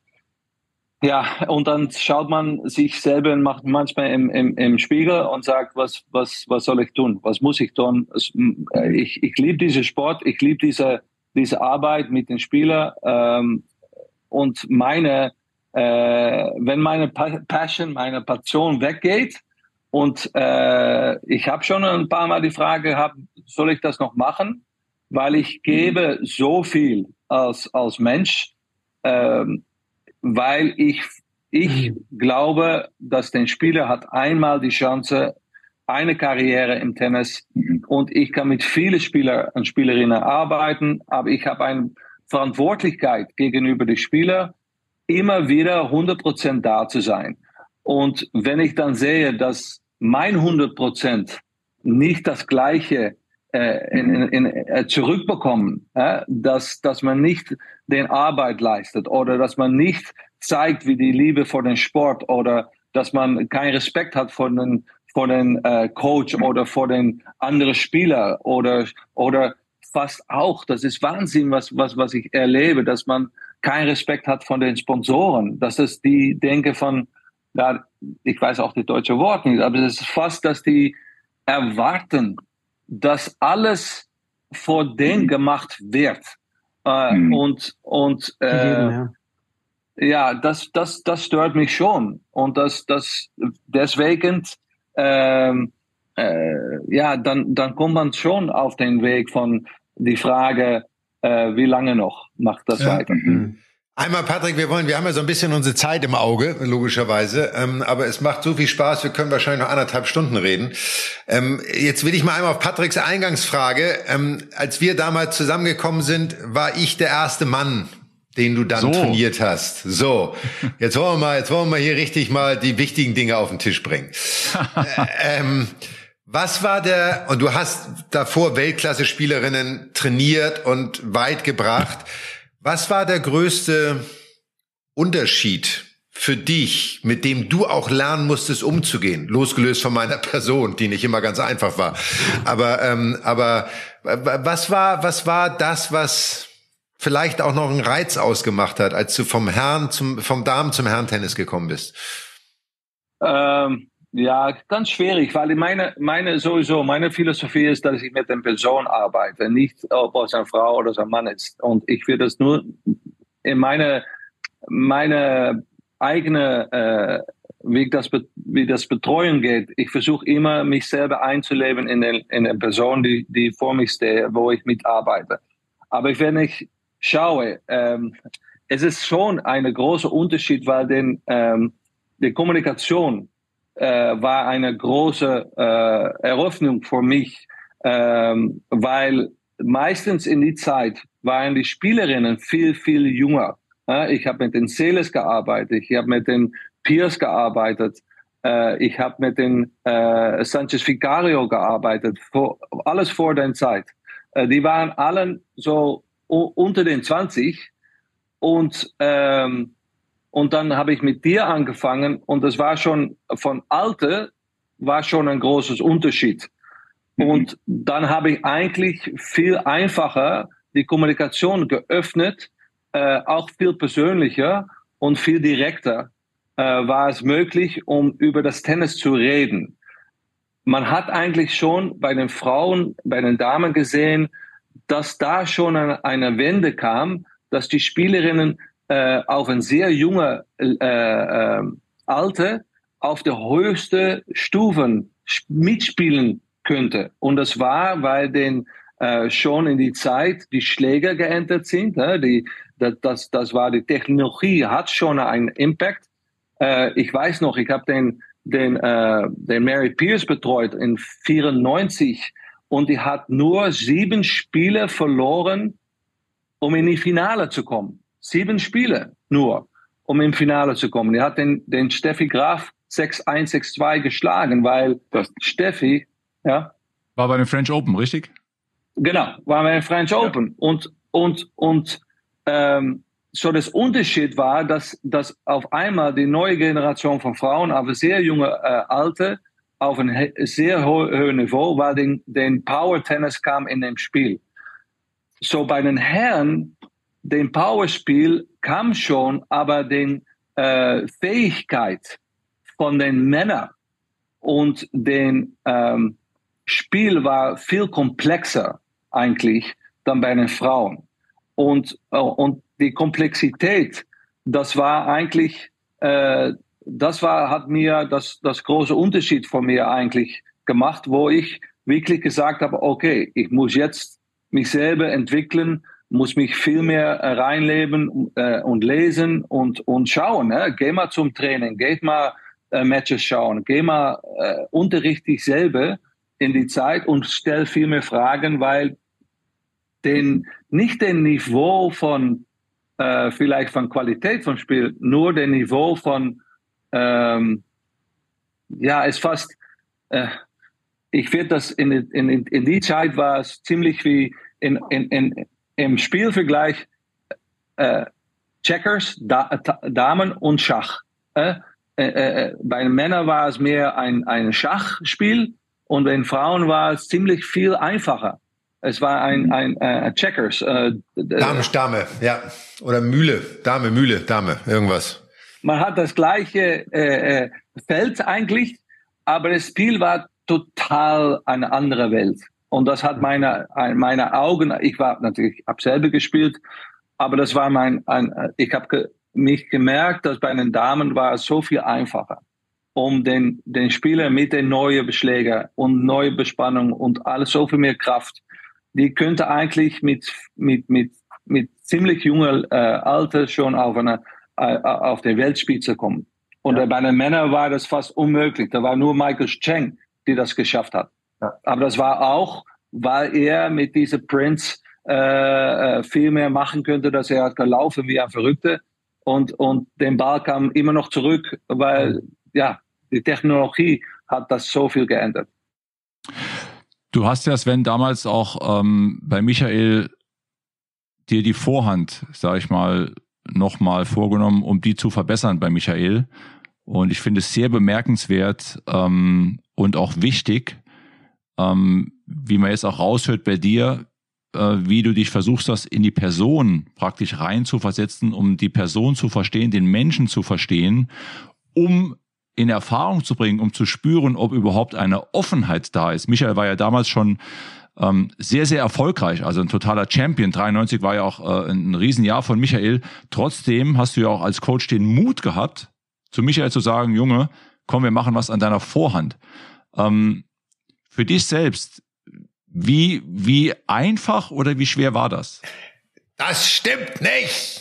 Ja, und dann schaut man sich selber macht manchmal im, im, im Spiegel und sagt, was, was, was soll ich tun? Was muss ich tun? Ich, ich liebe diesen Sport, ich liebe diese, diese Arbeit mit den Spielern. Ähm, und meine, äh, wenn meine Passion, meine Passion weggeht und äh, ich habe schon ein paar Mal die Frage gehabt, soll ich das noch machen? Weil ich gebe so viel als, als Mensch, ähm, weil ich, ich glaube, dass der Spieler hat einmal die Chance, eine Karriere im Tennis und ich kann mit vielen Spielern und Spielerinnen arbeiten, aber ich habe eine Verantwortlichkeit gegenüber den Spielern, immer wieder hundert Prozent da zu sein. Und wenn ich dann sehe, dass mein hundert Prozent nicht das Gleiche In, in, in, zurückbekommen, äh, dass, dass man nicht den Arbeit leistet oder dass man nicht zeigt, wie die Liebe vor dem Sport oder dass man keinen Respekt hat vor den, vor den äh, Coach oder vor den anderen Spieler oder, oder fast auch, das ist Wahnsinn, was, was, was ich erlebe, dass man keinen Respekt hat von den Sponsoren, dass es die denke von, ja, ich weiß auch das deutsche Wort nicht, aber es ist fast, dass die erwarten, dass alles vor denen gemacht wird. Äh, mhm. Und, und äh, ja. Ja, das, das, das stört mich schon. Und das, das, deswegen, ähm, äh, ja, dann, dann kommt man schon auf den Weg von die Frage, äh, wie lange noch macht das ja. weiter? Mhm. Einmal, Patrick, wir wollen, wir haben ja so ein bisschen unsere Zeit im Auge, logischerweise, ähm, aber es macht so viel Spaß, wir können wahrscheinlich noch anderthalb Stunden reden. Ähm, jetzt will ich mal einmal auf Patricks Eingangsfrage. Ähm, als wir damals zusammengekommen sind, war ich der erste Mann, den du dann so. trainiert hast. So, jetzt wollen wir mal, jetzt wollen wir hier richtig mal die wichtigen Dinge auf den Tisch bringen. ähm, was war der, und du hast davor Weltklasse-Spielerinnen trainiert und weit gebracht. Was war der größte Unterschied für dich, mit dem du auch lernen musstest, umzugehen? Losgelöst von meiner Person, die nicht immer ganz einfach war. Aber, ähm, aber was war, was war das, was vielleicht auch noch einen Reiz ausgemacht hat, als du vom Herren zum, vom Damen zum Herrentennis gekommen bist? Ähm, ja, ganz schwierig, weil meine, meine, sowieso, meine Philosophie ist, dass ich mit den Personen arbeite, nicht ob es eine Frau oder ein Mann ist. Und ich will das nur in meine, meine eigene, äh, wie das, wie das Betreuung geht. Ich versuche immer, mich selber einzuleben in den, in den Person, die, die vor mir steht, wo ich mitarbeite. Aber wenn ich schaue, ähm, es ist schon ein großer Unterschied, weil den, ähm, die Kommunikation äh, war eine große äh, Eröffnung für mich, ähm, weil meistens in die Zeit waren die Spielerinnen viel, viel jünger. Äh, ich habe mit den Seles gearbeitet, ich habe mit den Pierce gearbeitet, äh, ich habe mit den äh, Sanchez Vicario gearbeitet, vor, alles vor der Zeit. Äh, die waren alle so unter den zwanzig und ähm, und dann habe ich mit dir angefangen und das war schon von Alter war schon ein großes Unterschied. Mhm. Und dann habe ich eigentlich viel einfacher die Kommunikation geöffnet, äh, auch viel persönlicher und viel direkter äh, war es möglich, um über das Tennis zu reden. Man hat eigentlich schon bei den Frauen, bei den Damen gesehen, dass da schon eine, eine Wende kam, dass die Spielerinnen äh, auf ein sehr junge äh, äh, Alter auf der höchsten Stufen mitspielen könnte. Und das war, weil den äh, schon in die Zeit die Schläger geändert sind. Ne? Die, das, das war die Technologie, hat schon einen Impact. Äh, ich weiß noch, ich habe den, den, äh, den Mary Pierce betreut in vierundneunzig. Und die hat nur sieben Spiele verloren, um in die Finale zu kommen. Sieben Spiele nur, um im Finale zu kommen. Die hat den, den Steffi Graf sechs eins, sechs zwei geschlagen, weil das Steffi, ja. War bei den French Open, richtig? Genau, war bei den French ja. Open. Und, und, und, ähm, so das Unterschied war, dass, dass auf einmal die neue Generation von Frauen auf ein sehr junge äh, Alter auf ein sehr ho- hohes Niveau, weil den, den Power-Tennis kam in dem Spiel. So bei den Herren, den Powerspiel kam schon, aber die äh, Fähigkeit von den Männern und den ähm, Spiel war viel komplexer eigentlich dann bei den Frauen. Und, äh, und die Komplexität, das war eigentlich äh, das war, hat mir das, das große Unterschied von mir eigentlich gemacht, wo ich wirklich gesagt habe, okay, ich muss jetzt mich selber entwickeln, muss mich viel mehr reinleben äh, und lesen und, und schauen. Ne? Geh mal zum Training, geh mal äh, Matches schauen, geh mal, äh, unterrichte dich selber in die Zeit und stell viel mehr Fragen, weil den, nicht den Niveau von, äh, vielleicht von Qualität vom Spiel, nur den Niveau von Ähm, ja, es fast, äh, ich finde das in, in, in die Zeit war es ziemlich wie in, in, in, im Spielvergleich äh, Checkers, da, Damen und Schach. Äh, äh, äh, bei den Männern war es mehr ein, ein Schachspiel und bei den Frauen war es ziemlich viel einfacher. Es war ein, ein äh, Checkers. Äh, Dame, Dame, ja. Oder Mühle, Dame, Mühle, Dame, irgendwas. Man hat das gleiche äh, Feld eigentlich, aber das Spiel war total eine andere Welt. Und das hat meine, meine Augen, ich war natürlich, habe selber gespielt, aber das war mein, ein, ich habe mich gemerkt, dass bei den Damen war es so viel einfacher, um den, den Spieler mit den neuen Beschlägen und neue Bespannung und alles so viel mehr Kraft. Die könnte eigentlich mit, mit, mit, mit ziemlich junger äh, Alter schon auf eine, äh, auf der Weltspitze kommen. Und ja. bei den Männern war das fast unmöglich. Da war nur Michael Cheng, die das geschafft hat. Ja. Aber das war auch, weil er mit diesem Prince äh, viel mehr machen könnte, dass er hat gelaufen wie ein Verrückter. Und, und den Ball kam immer noch zurück, weil, mhm. ja, die Technologie hat das so viel geändert. Du hast ja, Sven, damals auch ähm, bei Michael dir die Vorhand, sag ich mal, nochmal vorgenommen, um die zu verbessern bei Michael. Und ich finde es sehr bemerkenswert ähm, und auch wichtig, ähm, wie man jetzt auch raushört bei dir, äh, wie du dich versuchst, das in die Person praktisch rein zu versetzen, um die Person zu verstehen, den Menschen zu verstehen, um in Erfahrung zu bringen, um zu spüren, ob überhaupt eine Offenheit da ist. Michael war ja damals schon ähm, sehr, sehr erfolgreich, also ein totaler Champion. dreiundneunzig war ja auch äh, ein Riesenjahr von Michael. Trotzdem hast du ja auch als Coach den Mut gehabt, zu Michael zu sagen, Junge, komm, wir machen was an deiner Vorhand. Ähm, für dich selbst, wie, wie einfach oder wie schwer war das? Das stimmt nicht!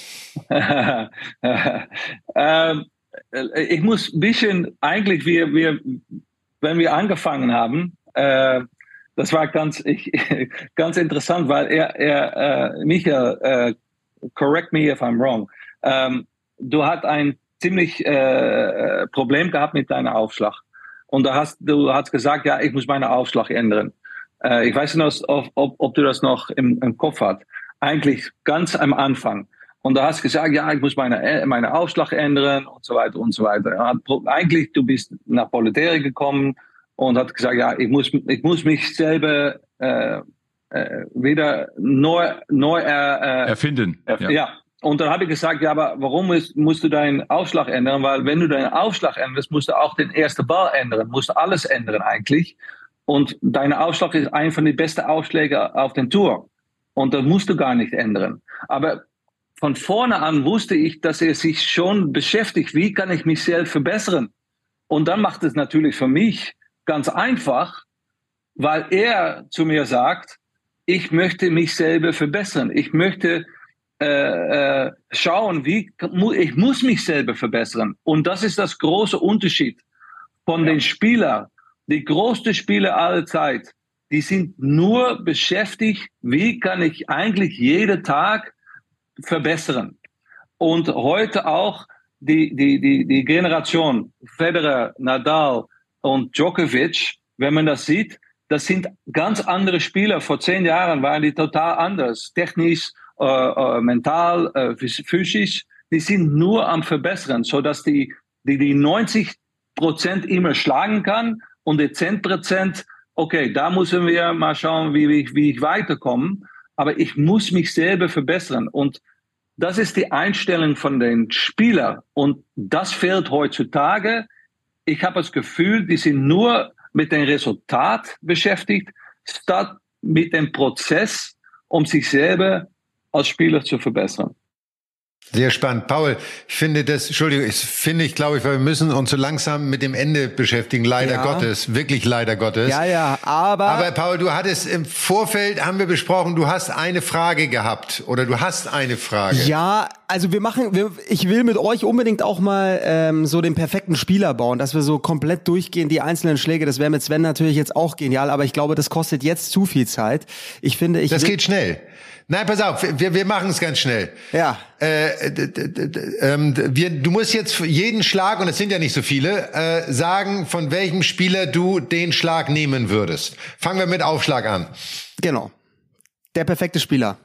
ähm, Ich muss ein bisschen, eigentlich, wir, wir, wenn wir angefangen haben, äh, das war ganz, ich, ganz interessant, weil er, er äh, Michael, äh, correct me if I'm wrong, ähm, du hast ein ziemlich äh, Problem gehabt mit deinem Aufschlag. Und da hast, du hast gesagt, ja, ich muss meinen Aufschlag ändern. Äh, ich weiß nicht, ob, ob, ob du das noch im, im Kopf hast. Eigentlich ganz am Anfang. Und da hast du gesagt, ja, ich muss meine, meine Aufschlag ändern und so weiter und so weiter. Eigentlich, du bist nach Bollettieri gekommen und hat gesagt, ja, ich muss, ich muss mich selber äh, äh, wieder neu, neu äh, erfinden. Erf- ja. ja. Und dann habe ich gesagt, ja, aber warum ist, musst du deinen Aufschlag ändern? Weil wenn du deinen Aufschlag änderst, musst du auch den ersten Ball ändern, musst du alles ändern eigentlich. Und dein Aufschlag ist einer von den besten Aufschläge auf den Tour. Und das musst du gar nicht ändern. Aber von vorne an wusste ich, dass er sich schon beschäftigt, wie kann ich mich selbst verbessern? Und dann macht es natürlich für mich ganz einfach, weil er zu mir sagt, ich möchte mich selber verbessern. Ich möchte äh, äh, schauen, wie ich muss mich selber verbessern. Und das ist das große Unterschied von ja. den Spielern. Die größten Spieler aller Zeit, die sind nur beschäftigt, wie kann ich eigentlich jeden Tag verbessern. Und heute auch die, die, die, die Generation Federer, Nadal und Djokovic, wenn man das sieht, das sind ganz andere Spieler. Vor zehn Jahren waren die total anders. Technisch, äh, äh, mental, äh, physisch. Die sind nur am Verbessern, sodass die, die, die neunzig Prozent immer schlagen kann und die zehn Prozent, okay, da müssen wir mal schauen, wie, wie, wie ich weiterkomme. Aber ich muss mich selber verbessern. Und das ist die Einstellung von den Spielern. Und das fehlt heutzutage. Ich habe das Gefühl, die sind nur mit dem Resultat beschäftigt, statt mit dem Prozess, um sich selber als Spieler zu verbessern. Sehr spannend. Paul, ich finde das, Entschuldigung, ich finde, ich glaube, wir müssen uns so langsam mit dem Ende beschäftigen. Leider ja. Gottes, wirklich leider Gottes. Ja, ja, aber... Aber Paul, du hattest im Vorfeld, haben wir besprochen, du hast eine Frage gehabt oder du hast eine Frage. Ja, also wir machen, wir, ich will mit euch unbedingt auch mal ähm, so den perfekten Spieler bauen, dass wir so komplett durchgehen, die einzelnen Schläge. Das wäre mit Sven natürlich jetzt auch genial, aber ich glaube, das kostet jetzt zu viel Zeit. Ich finde, ich... Das will, geht schnell. Nein, pass auf, wir, wir machen es ganz schnell. Ja. Äh, d, d, d, ähm, wir, du musst jetzt jeden Schlag, und es sind ja nicht so viele, äh, sagen, von welchem Spieler du den Schlag nehmen würdest. Fangen wir mit Aufschlag an. Genau. Der perfekte Spieler.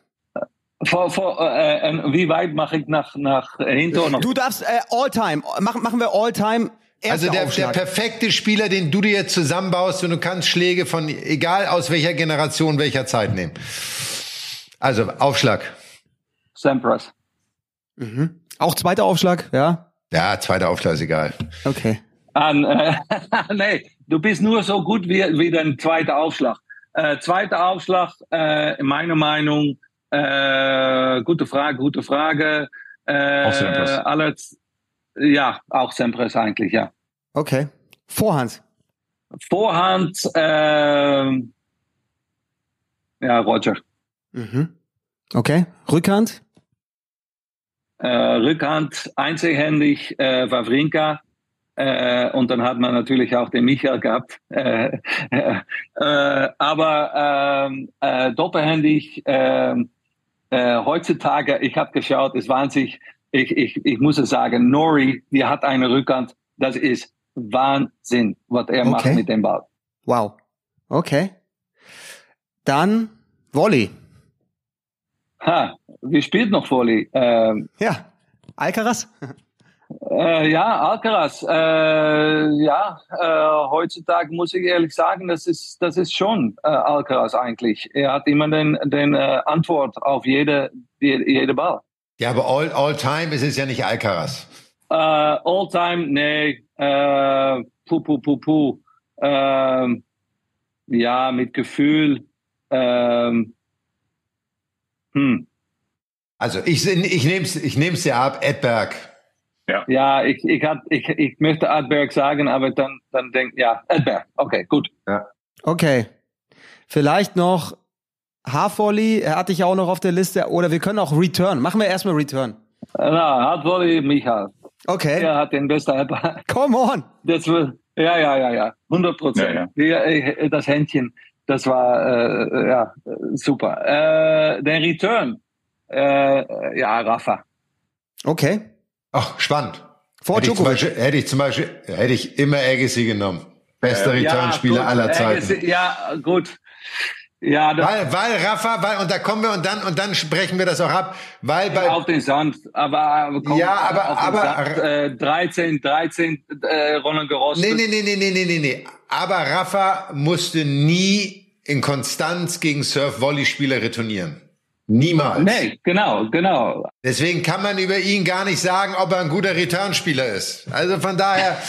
Vor, vor, äh, äh, wie weit mache ich nach, nach hinten? Noch? Du darfst äh, All-Time. Machen, machen wir All-Time. Also der, der perfekte Spieler, den du dir jetzt zusammenbaust und du kannst Schläge von, egal aus welcher Generation, welcher Zeit nehmen. Also, Aufschlag. Sampras. Mhm. Auch zweiter Aufschlag, ja? Ja, zweiter Aufschlag ist egal. Okay. An, äh, nee, du bist nur so gut wie, wie dein zweiter Aufschlag. Äh, zweiter Aufschlag, äh, in meiner Meinung, äh, gute Frage, gute Frage. Äh, Auch Sampras. Alles, ja, auch Sampras eigentlich, ja. Okay. Vorhand. Vorhand, äh, ja, Roger. Mhm. Okay. Rückhand? Äh, Rückhand, einzelhändig, äh, Wawrinka. Äh, und dann hat man natürlich auch den Michael gehabt. Äh, äh, äh, aber äh, äh, doppelhändig, äh, äh, heutzutage, ich habe geschaut, ist wahnsinnig, ich, ich, ich muss es sagen, Norrie, die hat eine Rückhand, das ist Wahnsinn, was er Okay. macht mit dem Ball. Wow. Okay. Dann Volley. Ha, wie spielt noch Volley? Ähm, Ja. Alcaraz? Äh, ja, Alcaraz. Äh, ja, äh, heutzutage muss ich ehrlich sagen, das ist das ist schon äh, Alcaraz eigentlich. Er hat immer den den äh, Antwort auf jede jede, jede Ball. Ja, aber all, all time ist es ja nicht Alcaraz. Äh, all time, nee. Äh, puh, puh, puh, puh. Ähm, ja, mit Gefühl. Ähm, hm. Also ich, ich nehme es ich nehm's dir ab, Edberg. Ja, ich ich, hat, ich ich möchte Edberg sagen, aber dann dann denk ja Edberg. Okay, gut. Okay. Vielleicht noch Half-Volley, er hatte ich auch noch auf der Liste. Oder wir können auch Return. Machen wir erstmal Return. Na, hat Volley Michael. Okay. Er hat den besten Edberg. Come on. Das war, ja, ja, ja, ja, hundert Prozent. Ja, ja. Das Händchen, das war äh, ja super. Äh, der Return, äh, ja, Rafa. Okay. Ach, spannend. Vor hätte, ich zum Djokovic. Beispiel, hätte ich zum Beispiel, hätte ich immer Agassi genommen. Bester Return-Spieler ja, gut, aller äh, Zeiten. es- Ja, gut. Ja, das, Weil, weil Rafa, weil, und da kommen wir und dann, und dann sprechen wir das auch ab, weil bei, auf den Sand, aber, aber komm, Ja, aber- auf den aber- Sand, äh, dreizehn, dreizehn äh, Roland Garros. nee, nee, nee, nee, nee, nee, nee, nee. Aber Rafa musste nie in Konstanz gegen Surf-Volley-Spieler retournieren. Niemals. Nee, genau, genau. Deswegen kann man über ihn gar nicht sagen, ob er ein guter Return-Spieler ist. Also von daher,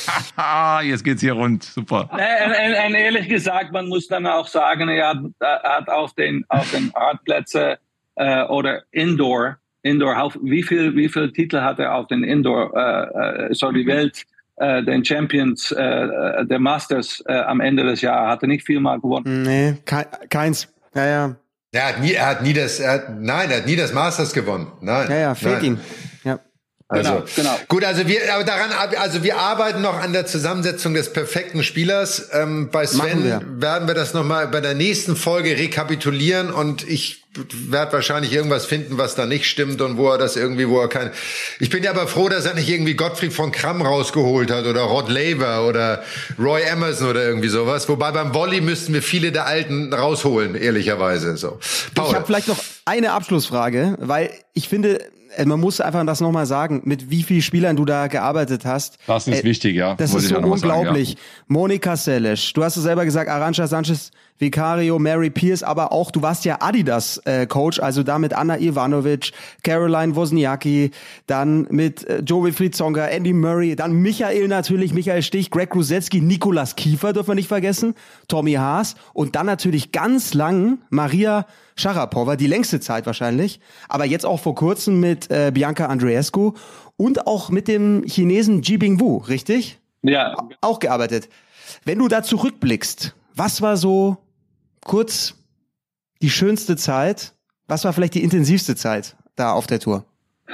Ah, jetzt geht's hier rund. Super. Nee, und, und, und ehrlich gesagt, man muss dann auch sagen, er hat, er hat auf den auf den Hartplätzen äh, oder Indoor, Indoor, auf, wie viel wie viel Titel hat er auf den Indoor, äh, äh, so die Welt, äh, den Champions, äh, der Masters äh, am Ende des Jahres hat er nicht viel mal gewonnen. Nee, kei- keins. Ja, ja. er hat nie, er hat nie das, er hat, nein, er hat nie das Masters gewonnen. Nein. Ja, ja, fehlt nein. ihm. Ja. Also, Genau, genau. Gut, also wir, aber daran, also wir arbeiten noch an der Zusammensetzung des perfekten Spielers. Ähm, bei Machen Sven wir. werden wir das nochmal bei der nächsten Folge rekapitulieren und ich werde wahrscheinlich irgendwas finden, was da nicht stimmt und wo er das irgendwie, wo er kein, ich bin ja aber froh, dass er nicht irgendwie Gottfried von Kramm rausgeholt hat oder Rod Laver oder Roy Emerson oder irgendwie sowas. Wobei beim Volley müssten wir viele der Alten rausholen, ehrlicherweise, so. Paul. Ich habe vielleicht noch eine Abschlussfrage, weil ich finde, äh, man muss einfach das nochmal sagen, mit wie vielen Spielern du da gearbeitet hast. Das ist Äh, wichtig, ja. Das Wollte ist ich so auch noch mal sagen, unglaublich. Monika Seles, du hast es selber gesagt, Arantxa Sanchez, Vicario, Mary Pierce, aber auch, du warst ja Adidas-Coach, also da mit Anna Ivanovic, Caroline Wozniacki, dann mit äh, Joe Wilfried Tsonga, Andy Murray, dann Michael natürlich, Michael Stich, Greg Rusedski, Nikolas Kiefer dürfen wir nicht vergessen, Tommy Haas und dann natürlich ganz lang Maria Sharapova, die längste Zeit wahrscheinlich, aber jetzt auch vor kurzem mit äh, Bianca Andreescu und auch mit dem Chinesen Jibing Wu, richtig? Ja, Auch gearbeitet. Wenn du da zurückblickst, was war so kurz die schönste Zeit? Was war vielleicht die intensivste Zeit da auf der Tour?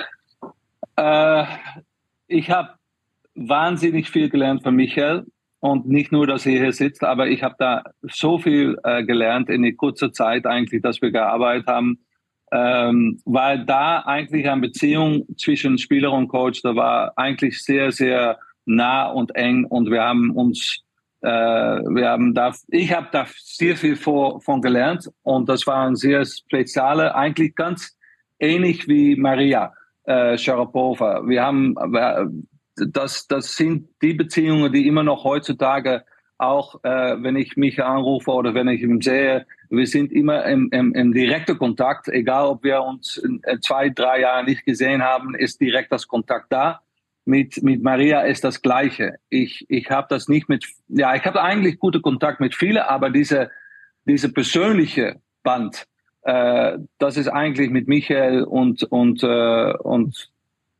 Äh, ich habe wahnsinnig viel gelernt von Michael und nicht nur, dass er hier sitzt, aber ich habe da so viel äh, gelernt in der kurzen Zeit eigentlich, dass wir gearbeitet haben, ähm, weil da eigentlich eine Beziehung zwischen Spieler und Coach, da war eigentlich sehr, sehr nah und eng und wir haben uns äh, wir haben da, ich habe da sehr viel vor, von gelernt und das war ein sehr spezielle, eigentlich ganz ähnlich wie Maria äh, Sharapova. Wir haben, äh, das, das sind die Beziehungen, die immer noch heutzutage auch, äh, wenn ich mich anrufe oder wenn ich ihn sehe, wir sind immer im, im, im direkten Kontakt, egal ob wir uns in zwei, drei Jahren nicht gesehen haben, ist direkt das Kontakt da. Mit, mit Maria ist das Gleiche. Ich, ich habe das nicht mit, ja, ich habe eigentlich guten Kontakt mit vielen, aber diese, diese persönliche Band, äh, das ist eigentlich mit Michael und, und, äh, und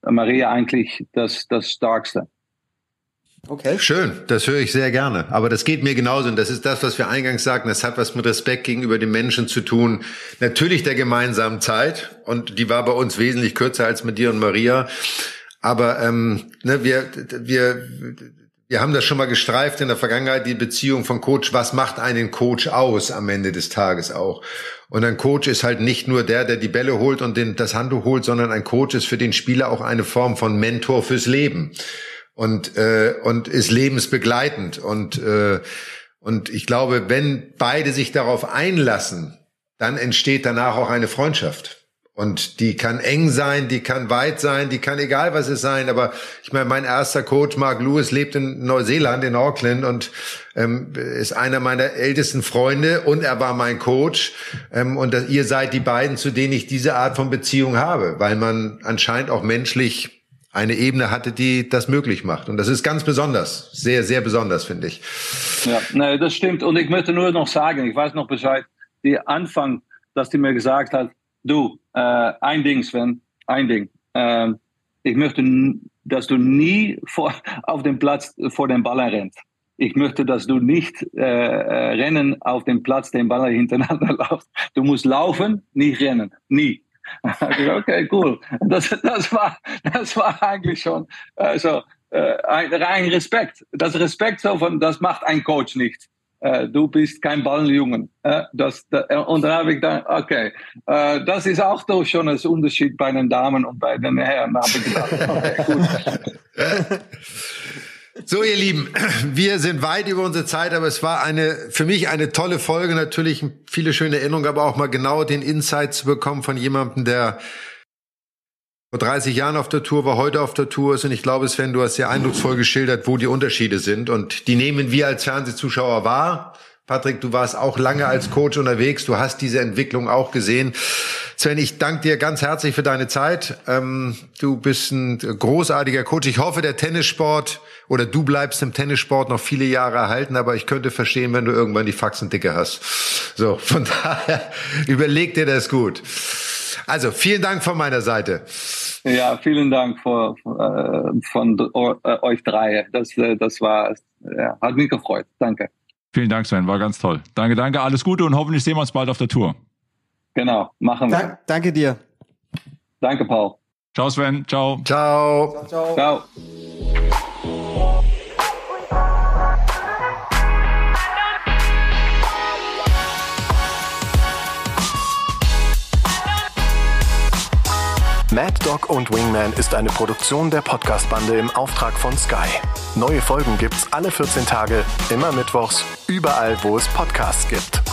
Maria eigentlich das, das Starkste. Okay. Schön, das höre ich sehr gerne. Aber das geht mir genauso. Und das ist das, was wir eingangs sagten. Das hat was mit Respekt gegenüber den Menschen zu tun. Natürlich der gemeinsamen Zeit. Und die war bei uns wesentlich kürzer als mit dir und Maria. Aber ähm, ne, wir, wir, wir haben das schon mal gestreift in der Vergangenheit, die Beziehung von Coach. Was macht einen Coach aus am Ende des Tages auch? Und ein Coach ist halt nicht nur der, der die Bälle holt und den, das Handtuch holt, sondern ein Coach ist für den Spieler auch eine Form von Mentor fürs Leben. Und äh, und ist lebensbegleitend und äh, und ich glaube, wenn beide sich darauf einlassen, dann entsteht danach auch eine Freundschaft. Und die kann eng sein, die kann weit sein, die kann egal was es sein. Aber ich meine, mein erster Coach, Mark Lewis, lebt in Neuseeland, in Auckland und ähm, ist einer meiner ältesten Freunde und er war mein Coach. Ähm, und das, ihr seid die beiden, zu denen ich diese Art von Beziehung habe, weil man anscheinend auch menschlich eine Ebene hatte, die das möglich macht. Und das ist ganz besonders. Sehr, sehr besonders, finde ich. Ja, nee, das stimmt. Und ich möchte nur noch sagen, ich weiß noch Bescheid, die Anfang, dass die mir gesagt hat, du, äh, ein Ding, Sven, ein Ding. Äh, ich möchte, dass du nie vor, auf dem Platz vor dem Ball rennst. Ich möchte, dass du nicht äh, rennen auf dem Platz, den Ball hintereinander laufst. Du musst laufen, nicht rennen. Nie. Okay, cool. Das, das war, das war eigentlich schon äh, so äh, ein, ein Respekt. Das Respekt so von, das macht ein Coach nicht. Äh, du bist kein Ballenjungen. Äh, das, da, und dann habe ich gedacht, okay, äh, das ist auch doch schon ein Unterschied bei den Damen und bei den Herren. Da habe ich gedacht, okay, gut. So, ihr Lieben, wir sind weit über unsere Zeit, aber es war eine, für mich eine tolle Folge, natürlich viele schöne Erinnerungen, aber auch mal genau den Insight zu bekommen von jemandem, der vor dreißig Jahren auf der Tour war, heute auf der Tour ist. Und ich glaube, Sven, du hast sehr eindrucksvoll geschildert, wo die Unterschiede sind. Und die nehmen wir als Fernsehzuschauer wahr. Patrick, du warst auch lange als Coach unterwegs. Du hast diese Entwicklung auch gesehen. Sven, ich danke dir ganz herzlich für deine Zeit. Ähm, du bist ein großartiger Coach. Ich hoffe, der Tennissport oder du bleibst im Tennissport noch viele Jahre erhalten, aber ich könnte verstehen, wenn du irgendwann die Faxen dicke hast. So, von daher überleg dir das gut. Also, vielen Dank von meiner Seite. Ja, vielen Dank für, äh, von äh, euch drei. Das, das war, ja, hat mich gefreut. Danke. Vielen Dank, Sven. War ganz toll. Danke, danke. Alles Gute und hoffentlich sehen wir uns bald auf der Tour. Genau, machen wir. Da, danke dir. Danke, Paul. Ciao, Sven. Ciao. Ciao. Ciao. Ciao. Mad Dog und Wingman ist eine Produktion der Podcast-Bande im Auftrag von Sky. Neue Folgen gibt's alle vierzehn Tage, immer mittwochs, überall, wo es Podcasts gibt.